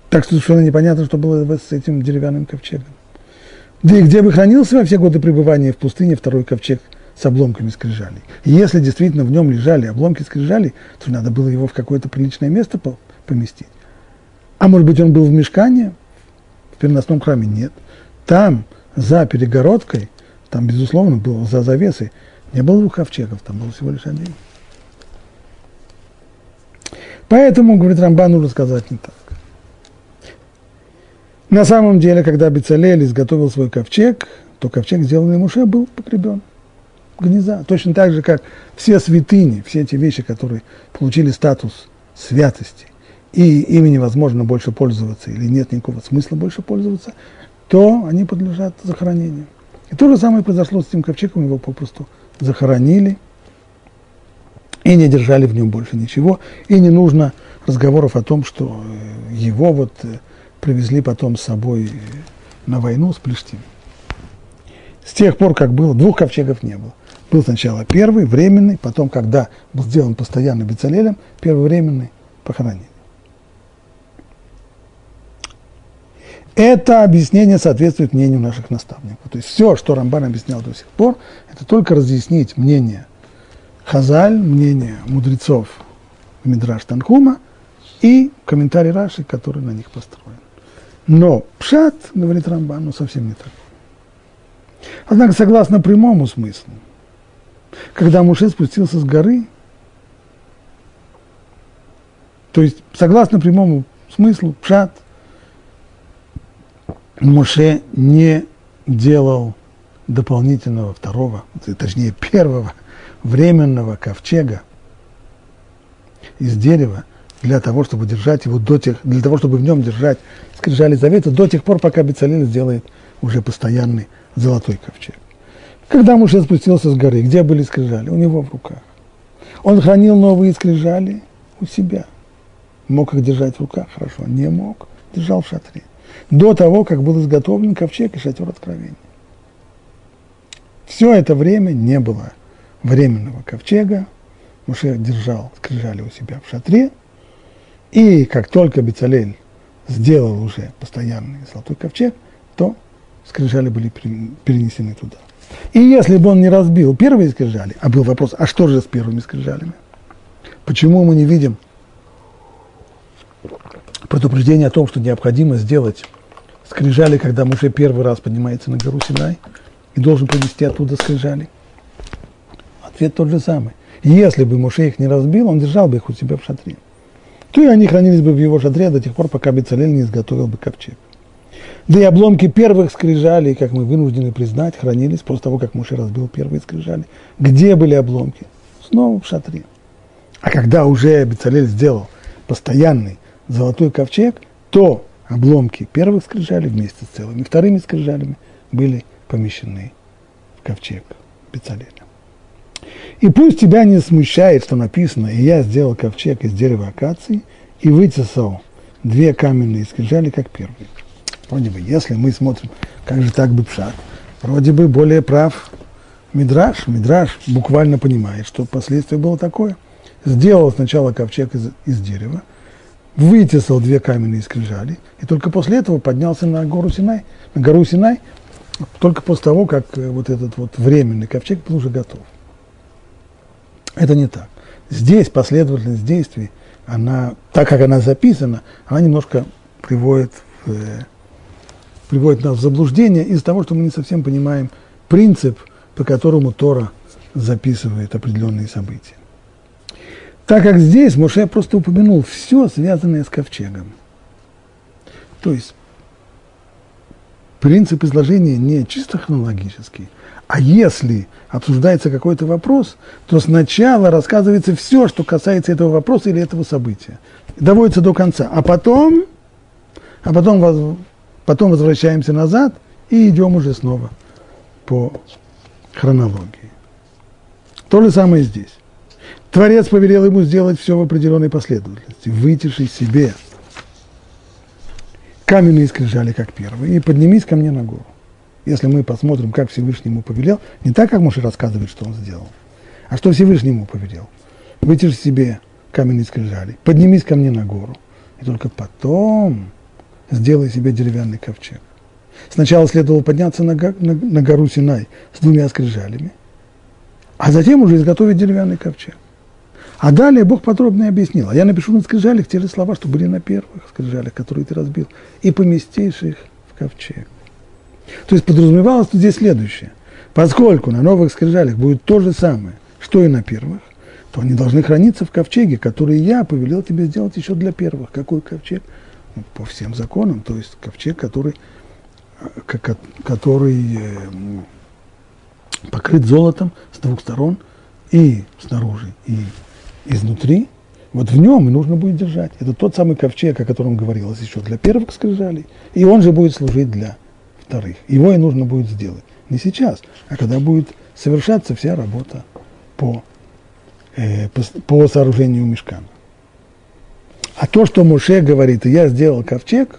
Speaker 1: Так что совершенно непонятно, что было с этим деревянным ковчегом. Да и где бы хранился во все годы пребывания в пустыне второй ковчег с обломками скрижалей? И если действительно в нем лежали обломки скрижалей, то надо было его в какое-то приличное место поместить. А может быть, он был в мишкане, в переносном храме? Нет. Там, за перегородкой, там, безусловно, было за завесой, не было двух ковчегов, там был всего лишь один. Поэтому, говорит Рамбан, нужно сказать не так. На самом деле, когда Бецалель изготовил свой ковчег, то ковчег, сделанный Моше, был погребен в гнезда. Точно так же, как все святыни, все эти вещи, которые получили статус святости, и ими невозможно больше пользоваться, или нет никакого смысла больше пользоваться, то они подлежат захоронению. И то же самое произошло с этим ковчегом, его попросту захоронили, и не держали в нем больше ничего, и не нужно разговоров о том, что его вот привезли потом с собой на войну с Плештим. С тех пор, как было, двух ковчегов не было. Был сначала первый, временный, потом, когда был сделан постоянно Бецалелем, первый временный похоронили. Это объяснение соответствует мнению наших наставников. То есть все, что Рамбан объяснял до сих пор, это только разъяснить мнение Хазаль, мнение мудрецов Мидраш Танхума и комментарий Раши, который на них построен. Но пшат, говорит Рамбан, ну совсем не так. Однако, согласно прямому смыслу, когда Моше спустился с горы, то есть, согласно прямому смыслу, пшат, Моше не делал дополнительного второго, точнее первого, временного ковчега из дерева для того, чтобы держать его до тех, для того, чтобы в нем держать скрижали завета до тех пор, пока Бецалель сделает уже постоянный золотой ковчег. Когда Моше спустился с горы, где были скрижали? У него в руках. Он хранил новые скрижали у себя. Мог их держать в руках? Хорошо. Не мог. Держал в шатре. До того, как был изготовлен ковчег и шатер откровения. Все это время не было временного ковчега. Моше держал скрижали у себя в шатре. И как только Бецалель сделал уже постоянный золотой ковчег, то скрижали были перенесены туда. И если бы он не разбил первые скрижали, а был вопрос, а что же с первыми скрижалями? Почему мы не видим предупреждение о том, что необходимо сделать скрижали, когда Моше первый раз поднимается на гору Синай и должен принести оттуда скрижали? Ответ тот же самый. Если бы Моше их не разбил, он держал бы их у себя в шатре. То и они хранились бы в его шатре до тех пор, пока Бецалель не изготовил бы ковчег. Да и обломки первых скрижалей, как мы вынуждены признать, хранились после того, как Моше разбил первые скрижали. Где были обломки? Снова в шатре. А когда уже Бецалель сделал постоянный золотой ковчег, то обломки первых скрижалей вместе с целыми вторыми скрижалями были помещены в ковчег Бецалеля. И пусть тебя не смущает, что написано, и я сделал ковчег из дерева акации и вытесал две каменные скрижали, как первые. Вроде бы, если мы смотрим, как же так бы пшат, вроде бы более прав Мидраш. Мидраш буквально понимает, что последствие было такое. Сделал сначала ковчег из, из дерева, вытесал две каменные скрижали, и только после этого поднялся на гору Синай, на гору Синай, только после того, как вот этот вот временный ковчег был уже готов. Это не так. Здесь последовательность действий, она, так как она записана, она немножко приводит, в, приводит нас в заблуждение из-за того, что мы не совсем понимаем принцип, по которому Тора записывает определенные события. Так как здесь Моше просто упомянул все, связанное с ковчегом. То есть принцип изложения не чисто хронологический, а если обсуждается какой-то вопрос, то сначала рассказывается все, что касается этого вопроса или этого события. Доводится до конца. А потом, а потом, потом возвращаемся назад и идем уже снова по хронологии. То же самое здесь. Творец повелел ему сделать все в определенной последовательности. Вытиши себе каменные скрижали, как первые, и поднимись ко мне на гору. Если мы посмотрим, как Всевышний ему повелел, не так, как Моше рассказывает, что он сделал, а что Всевышний ему повелел. Вытишь себе каменные скрижали, поднимись ко мне на гору. И только потом сделай себе деревянный ковчег. Сначала следовало подняться на, го, на, на гору Синай с двумя скрижалями, а затем уже изготовить деревянный ковчег. А далее Бог подробно объяснил. А я напишу на скрижалях те же слова, что были на первых скрижалях, которые ты разбил, и поместишь их в ковчег. То есть подразумевалось тут здесь следующее. Поскольку на новых скрижалях будет то же самое, что и на первых, то они должны храниться в ковчеге, который я повелел тебе сделать еще для первых. Какой ковчег? Ну, по всем законам, то есть ковчег, который, который покрыт золотом с двух сторон, и снаружи, и изнутри. Вот в нем и нужно будет держать. Это тот самый ковчег, о котором говорилось еще для первых скрижалей, и он же будет служить для вторых. Его и нужно будет сделать. Не сейчас, а когда будет совершаться вся работа по, э, по, по сооружению мишкана. А то, что Моше говорит, и я сделал ковчег,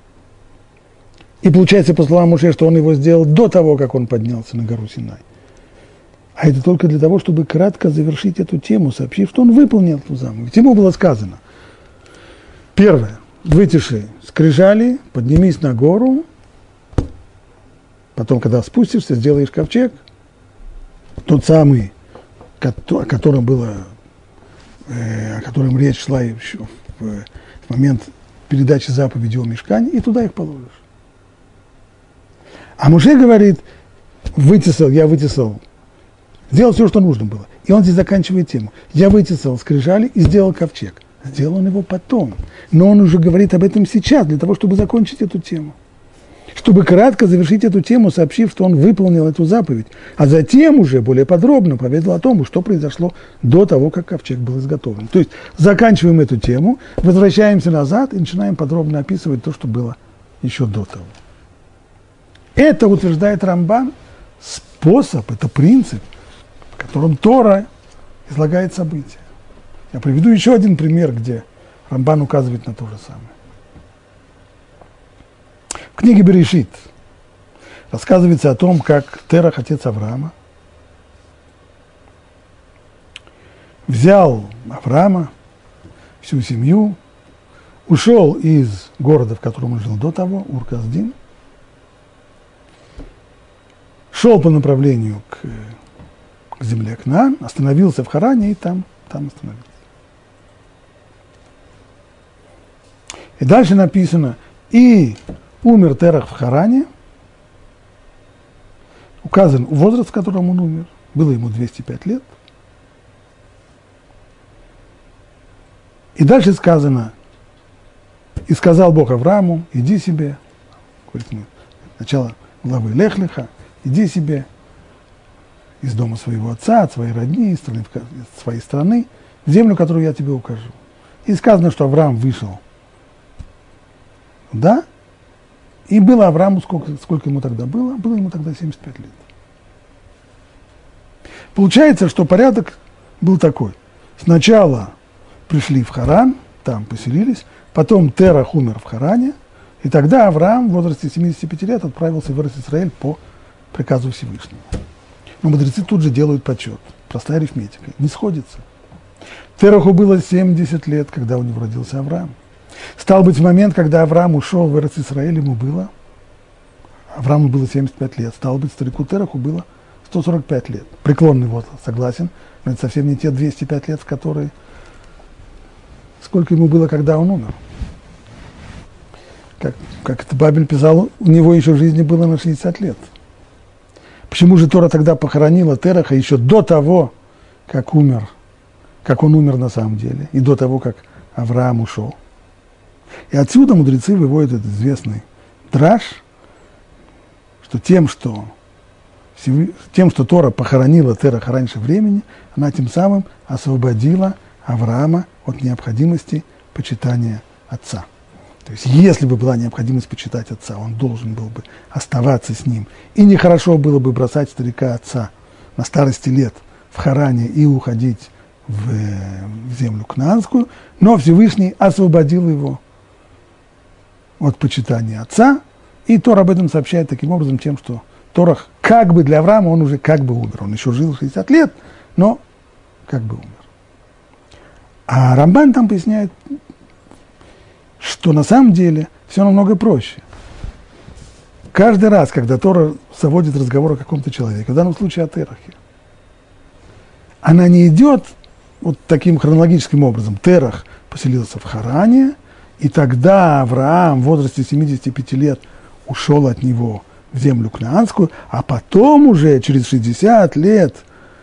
Speaker 1: и получается, по словам Моше, что он его сделал до того, как он поднялся на гору Синай. А это только для того, чтобы кратко завершить эту тему, сообщив, что он выполнил эту заповедь. Ему было сказано: первое, вытиши скрижали, поднимись на гору, потом, когда спустишься, сделаешь ковчег, тот самый, о котором было, о котором речь шла еще в момент передачи заповеди о мишкане, и туда их положишь. А Моше говорит: вытесал, я вытесал, сделал все, что нужно было. И он здесь заканчивает тему. Я вытесал скрижали и сделал ковчег. Сделал он его потом. Но он уже говорит об этом сейчас, для того, чтобы закончить эту тему. Чтобы кратко завершить эту тему, сообщив, что он выполнил эту заповедь. А затем уже более подробно поведал о том, что произошло до того, как ковчег был изготовлен. То есть заканчиваем эту тему, возвращаемся назад и начинаем подробно описывать то, что было еще до того. Это, утверждает Рамбан, способ, это принцип, в котором Тора излагает события. Я приведу еще один пример, где Рамбан указывает на то же самое. В книге Берешит рассказывается о том, как Терах, отец Авраама, взял Авраама, всю семью, ушел из города, в котором он жил до того, Ур-Касдим, шел по направлению к, к земле Кнаан, остановился в Харане и там, там остановился. И дальше написано: и умер Терах в Харане, указан возраст, в котором он умер, было ему двести пять лет. И дальше сказано: и сказал Бог Аврааму: иди себе, говорит, начало главы Лех-Леха, иди себе из дома своего отца, от своей родни, из страны, из своей страны, в землю, которую я тебе укажу. И сказано, что Авраам вышел туда, и было Аврааму, сколько, сколько ему тогда было? Было ему тогда семьдесят пять лет. Получается, что порядок был такой. Сначала пришли в Харан, там поселились, потом Терах умер в Харане, и тогда Авраам в возрасте семидесяти пяти лет отправился в Эрец-Исраэль по приказу Всевышнего. Но мудрецы тут же делают подсчет. Простая арифметика. Не сходится. Тераху было семьдесят лет, когда у него родился Авраам. Стал быть, в момент, когда Авраам ушел в Эрец-Исраэль, ему было, Аврааму было семьдесят пять лет. Стало быть, старику Тераху было сто сорок пять лет. Преклонный возраст, согласен. Но это совсем не те двести пять лет, в которые... Сколько ему было, когда он умер. Как, как это Бабель писал, у него еще в жизни было на шестьдесят лет. Почему же Тора тогда похоронила Тераха еще до того, как умер, как он умер на самом деле, и до того, как Авраам ушел? И отсюда мудрецы выводят этот известный драш, что тем, что, тем, что Тора похоронила Тераха раньше времени, она тем самым освободила Авраама от необходимости почитания отца. То есть, если бы была необходимость почитать отца, он должен был бы оставаться с ним. И нехорошо было бы бросать старика отца на старости лет в Харане и уходить в, в землю кнаанскую, но Всевышний освободил его от почитания отца, и Тора об этом сообщает таким образом, тем, что Торах как бы для Авраама, он уже как бы умер. Он еще жил шестьдесят лет, но как бы умер. А Рамбан там поясняет, что на самом деле все намного проще. Каждый раз, когда Тора заводит разговор о каком-то человеке, в данном случае о Терахе, она не идет вот таким хронологическим образом. Терах поселился в Харане, и тогда Авраам в возрасте семидесяти пяти лет ушел от него в землю Кнаанскую, а потом уже через шестьдесят лет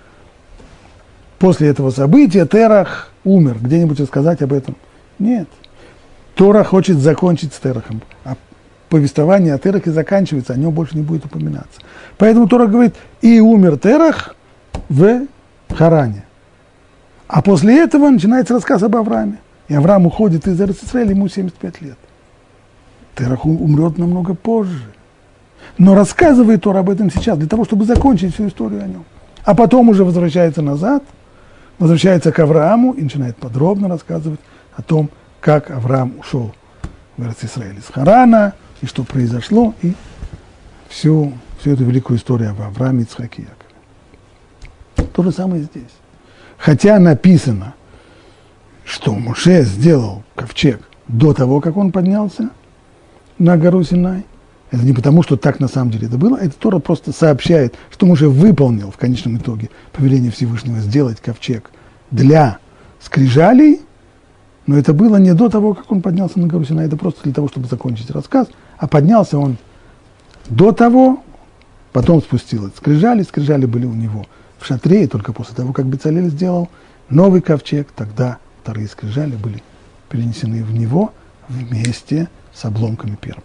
Speaker 1: после этого события Терах умер. Где-нибудь рассказать об этом? Нет. Тора хочет закончить с Терахом, а повествование о Терахе заканчивается, о нем больше не будет упоминаться. Поэтому Тора говорит, и умер Терах в Харане. А после этого начинается рассказ об Аврааме. И Авраам уходит из Эрец-Исраэля, ему семьдесят пять лет. Терах умрет намного позже. Но рассказывает Тора об этом сейчас, для того, чтобы закончить всю историю о нем. А потом уже возвращается назад, возвращается к Аврааму и начинает подробно рассказывать о том, как Авраам ушел в Эрец-Исраэль из Харана, и что произошло, и всю, всю эту великую историю об Аврааме, Ицхаке и Якове. То же самое здесь. Хотя написано, что Моше сделал ковчег до того, как он поднялся на гору Синай, это не потому, что так на самом деле это было, это Тора просто сообщает, что Моше выполнил в конечном итоге повеление Всевышнего сделать ковчег для скрижалей, но это было не до того, как он поднялся на гору Синай, это просто для того, чтобы закончить рассказ, а поднялся он до того, потом спустилось скрижали, скрижали были у него в шатре, и только после того, как Бецалель сделал новый ковчег, тогда вторые скрижали были перенесены в него вместе с обломками первых.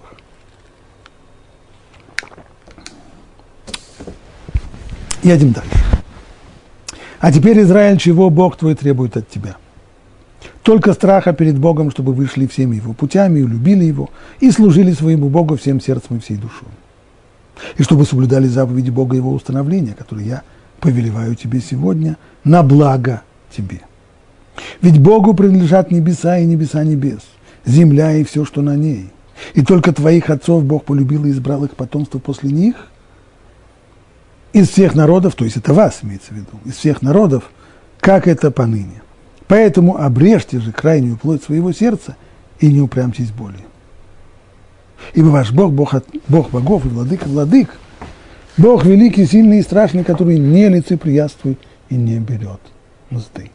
Speaker 1: Едем дальше. А теперь, Израиль, чего Бог твой требует от тебя? Только страха перед Богом, чтобы вы шли всеми его путями и любили его, и служили своему Богу всем сердцем и всей душой. И чтобы соблюдали заповеди Бога и его установления, которые я повелеваю тебе сегодня, на благо тебе. Ведь Богу принадлежат небеса и небеса небес, земля и все, что на ней. И только твоих отцов Бог полюбил и избрал их потомство после них. Из всех народов, то есть это вас имеется в виду, из всех народов, как это поныне. Поэтому обрежьте же крайнюю плоть своего сердца и не упрямьтесь более. Ибо ваш Бог, Бог, от, Бог богов и владыка владык, Бог великий, сильный и страшный, который не лицеприятствует и не берет мзды.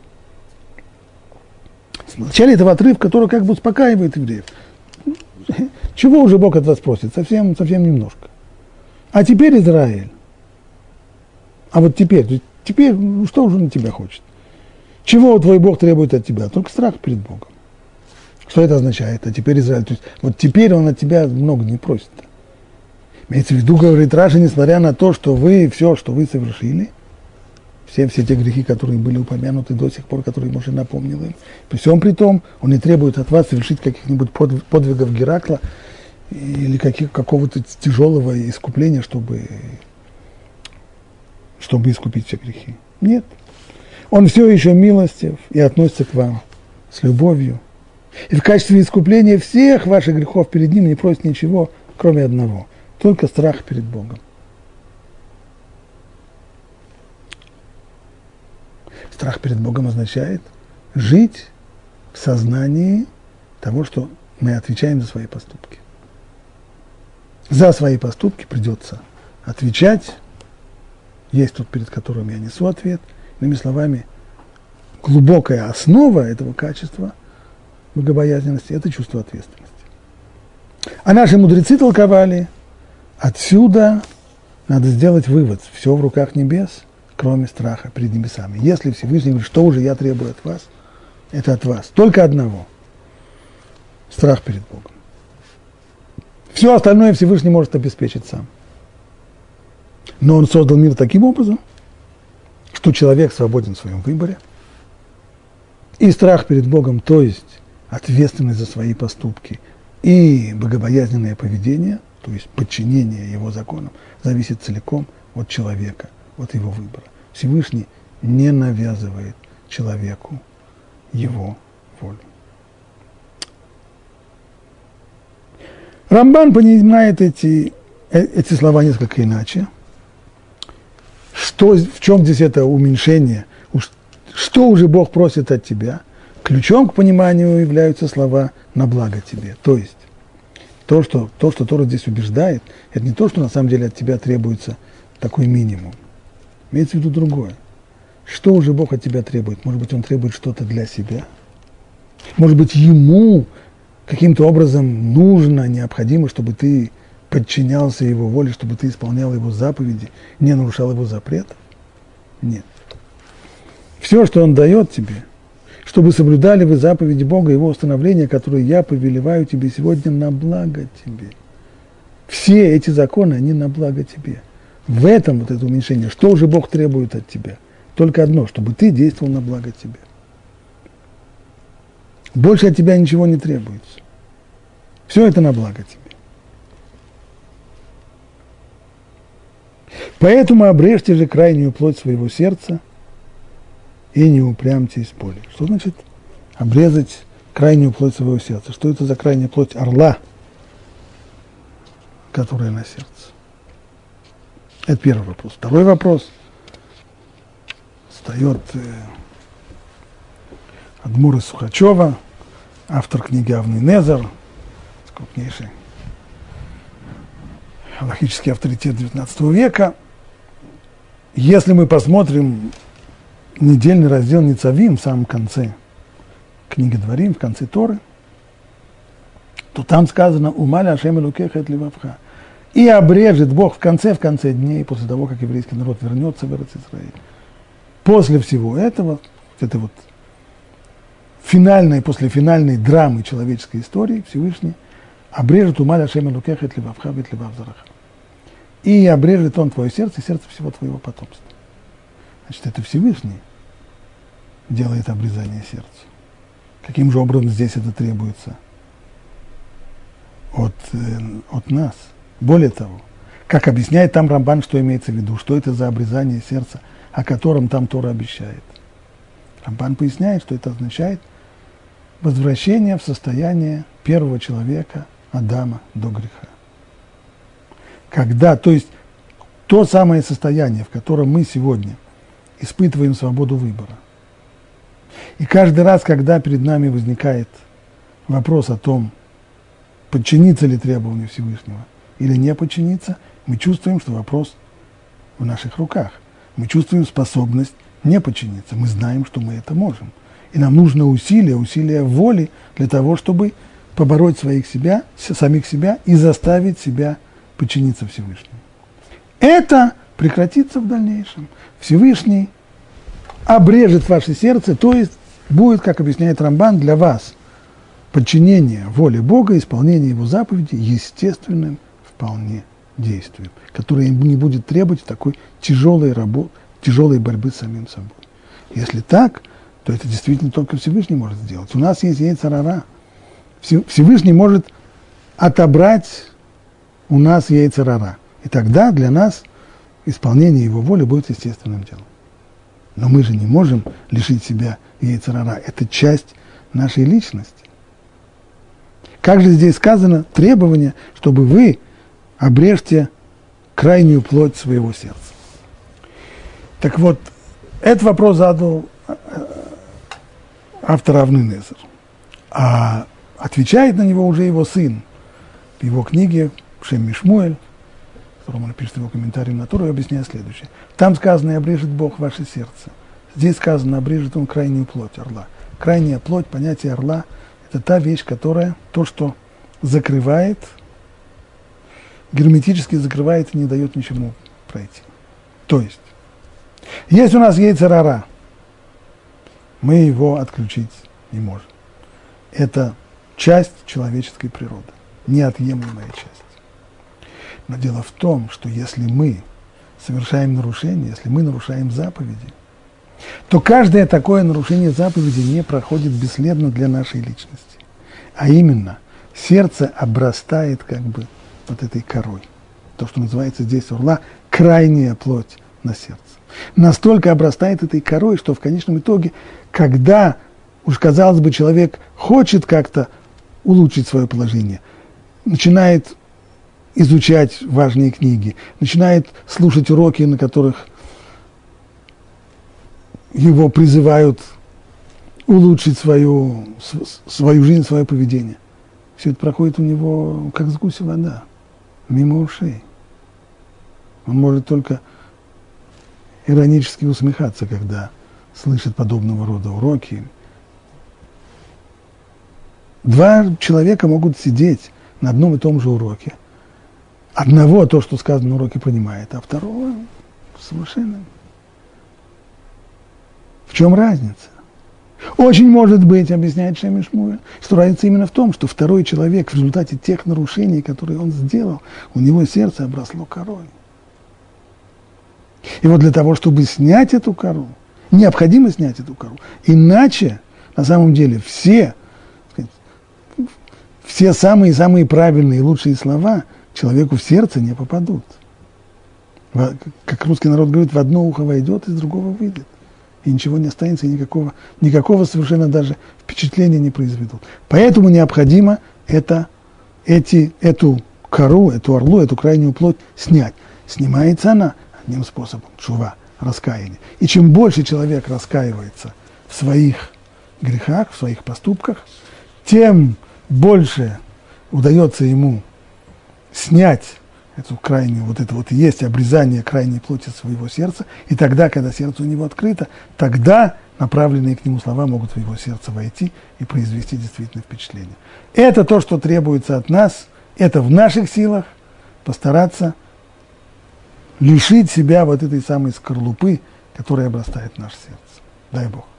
Speaker 1: В начале этого отрывка, который как бы успокаивает евреев. Чего уже Бог от вас просит? Совсем, совсем немножко. А теперь, Израиль, а вот теперь, теперь что уже на тебя хочет? Чего твой Бог требует от тебя? Только страх перед Богом. Что это означает? А теперь Израиль, то есть вот теперь он от тебя много не просит. Имеется в виду, говорит Раши, несмотря на то, что вы, все, что вы совершили, все, все те грехи, которые были упомянуты до сих пор, которые Моше напомнил им, при всем при том, он не требует от вас совершить каких-нибудь подвигов Геракла или каких, какого-то тяжелого искупления, чтобы, чтобы искупить все грехи. Нет. Он все еще милостив и относится к вам с любовью. И в качестве искупления всех ваших грехов перед ним не просит ничего, кроме одного. Только страх перед Богом. Страх перед Богом означает жить в сознании того, что мы отвечаем за свои поступки. За свои поступки придется отвечать. Есть тот, перед которым я несу ответ. Иными словами, глубокая основа этого качества богобоязненности – это чувство ответственности. А наши мудрецы толковали, отсюда надо сделать вывод: все в руках небес, кроме страха перед небесами. Если Всевышний говорит, что уже я требую от вас, это от вас. Только одного – страх перед Богом. Все остальное Всевышний может обеспечить сам. Но он создал мир таким образом, что человек свободен в своем выборе. И страх перед Богом, то есть ответственность за свои поступки, и богобоязненное поведение, то есть подчинение его законам, зависит целиком от человека, от его выбора. Всевышний не навязывает человеку его волю. Рамбан понимает эти, эти слова несколько иначе. Что, в чем здесь это уменьшение? Что уже Бог просит от тебя? Ключом к пониманию являются слова «на благо тебе». То есть, То, что, то, что Тора здесь убеждает, это не то, что на самом деле от тебя требуется такой минимум. Имеется в виду другое. Что уже Бог от тебя требует? Может быть, Он требует что-то для себя? Может быть, Ему каким-то образом нужно, необходимо, чтобы ты подчинялся Его воле, чтобы ты исполнял Его заповеди, не нарушал Его запретов? Нет. Все, что Он дает тебе, чтобы соблюдали вы заповеди Бога, Его установления, которые я повелеваю тебе сегодня на благо тебе. Все эти законы, они на благо тебе. В этом вот это уменьшение. Что уже Бог требует от тебя? Только одно, чтобы ты действовал на благо тебе. Больше от тебя ничего не требуется. Все это на благо тебе. Поэтому обрежьте же крайнюю плоть своего сердца и не упрямьтесь в поле. Что значит обрезать крайнюю плоть своего сердца? Что это за крайняя плоть орла, которая на сердце? Это первый вопрос. Второй вопрос. Встает э, Адмур из Сухачева, автор книги Авный Незер, крупнейший галахический авторитет девятнадцатого века. Если мы посмотрим недельный раздел Ницавим в самом конце книги Дворим, в конце Торы, то там сказано «Умаля Ашем элокеха эт левавха». И обрежет Бог в конце, в конце дней, после того, как еврейский народ вернется в Эрец-Исраэль. После всего этого, это вот финальной, после финальной драмы человеческой истории, Всевышний обрежет «Умаля Ашем элокеха эт левавха вет левав зараха». И обрежет Он твое сердце и сердце всего твоего потомства. Значит, это Всевышний делает обрезание сердца. Каким же образом здесь это требуется от, э, от нас? Более того, как объясняет там Рамбан, что имеется в виду, что это за обрезание сердца, о котором там Тора обещает. Рамбан поясняет, что это означает возвращение в состояние первого человека, Адама, до греха. Когда, то есть, то самое состояние, в котором мы сегодня испытываем свободу выбора. И каждый раз, когда перед нами возникает вопрос о том, подчиниться ли требованию Всевышнего или не подчиниться, мы чувствуем, что вопрос в наших руках. Мы чувствуем способность не подчиниться. Мы знаем, что мы это можем. И нам нужно усилие, усилие воли для того, чтобы побороть своих себя, самих себя и заставить себя подчиниться Всевышнему. Это прекратится в дальнейшем. Всевышний обрежет ваше сердце, то есть будет, как объясняет Рамбан, для вас подчинение воле Бога, исполнение Его заповедей естественным вполне действием, которое не будет требовать такой тяжелой работы, тяжелой борьбы с самим собой. Если так, то это действительно только Всевышний может сделать. У нас есть яйца рара. Всевышний может отобрать у нас яйца рара. И тогда для нас исполнение Его воли будет естественным делом. Но мы же не можем лишить себя яйца рара. Это часть нашей личности. Как же здесь сказано требование, чтобы вы обрежьте крайнюю плоть своего сердца. Так вот, этот вопрос задал автор Авный Незер. А отвечает на него уже его сын в его книге Шем Мишмуэль, которому он пишет его комментарий на Тору, и объясняет следующее. Там сказано, и обрежет Бог ваше сердце. Здесь сказано, обрежет Он крайнюю плоть орла. Крайняя плоть, понятие орла, это та вещь, которая, то, что закрывает, герметически закрывает и не дает ничему пройти. То есть, если у нас яйца рара, мы его отключить не можем. Это часть человеческой природы, неотъемлемая часть. Но дело в том, что если мы совершаем нарушение, если мы нарушаем заповеди, то каждое такое нарушение заповеди не проходит бесследно для нашей личности. А именно, сердце обрастает как бы вот этой корой. То, что называется здесь орла, крайняя плоть на сердце. Настолько обрастает этой корой, что в конечном итоге, когда, уж казалось бы, человек хочет как-то улучшить свое положение, начинает изучать важные книги, начинает слушать уроки, на которых его призывают улучшить свою, свою жизнь, свое поведение. все это проходит у него, как с гуся вода, мимо ушей. Он может только иронически усмехаться, когда слышит подобного рода уроки. Два человека могут сидеть на одном и том же уроке. Одного то, что сказано на уроке, понимает, а второго совершенно. В чем разница? Очень может быть, объясняет Шеми Шмуэль, что разница именно в том, что второй человек в результате тех нарушений, которые он сделал, у него сердце обросло корой. И вот для того, чтобы снять эту кору, необходимо снять эту кору. Иначе, на самом деле, все, сказать, все самые-самые правильные и лучшие слова человеку в сердце не попадут. Как русский народ говорит, в одно ухо войдет, из другого выйдет. И ничего не останется, и никакого, никакого совершенно даже впечатления не произведут. Поэтому необходимо это, эти, эту кору, эту орлу, эту крайнюю плоть снять. Снимается она одним способом, тшува, раскаяние. И чем больше человек раскаивается в своих грехах, в своих поступках, тем больше удается ему снять эту крайнюю, вот это вот и есть обрезание крайней плоти своего сердца, и тогда, когда сердце у него открыто, тогда направленные к нему слова могут в его сердце войти и произвести действительно впечатление. Это то, что требуется от нас, это в наших силах постараться лишить себя вот этой самой скорлупы, которая обрастает наше сердце. Дай Бог.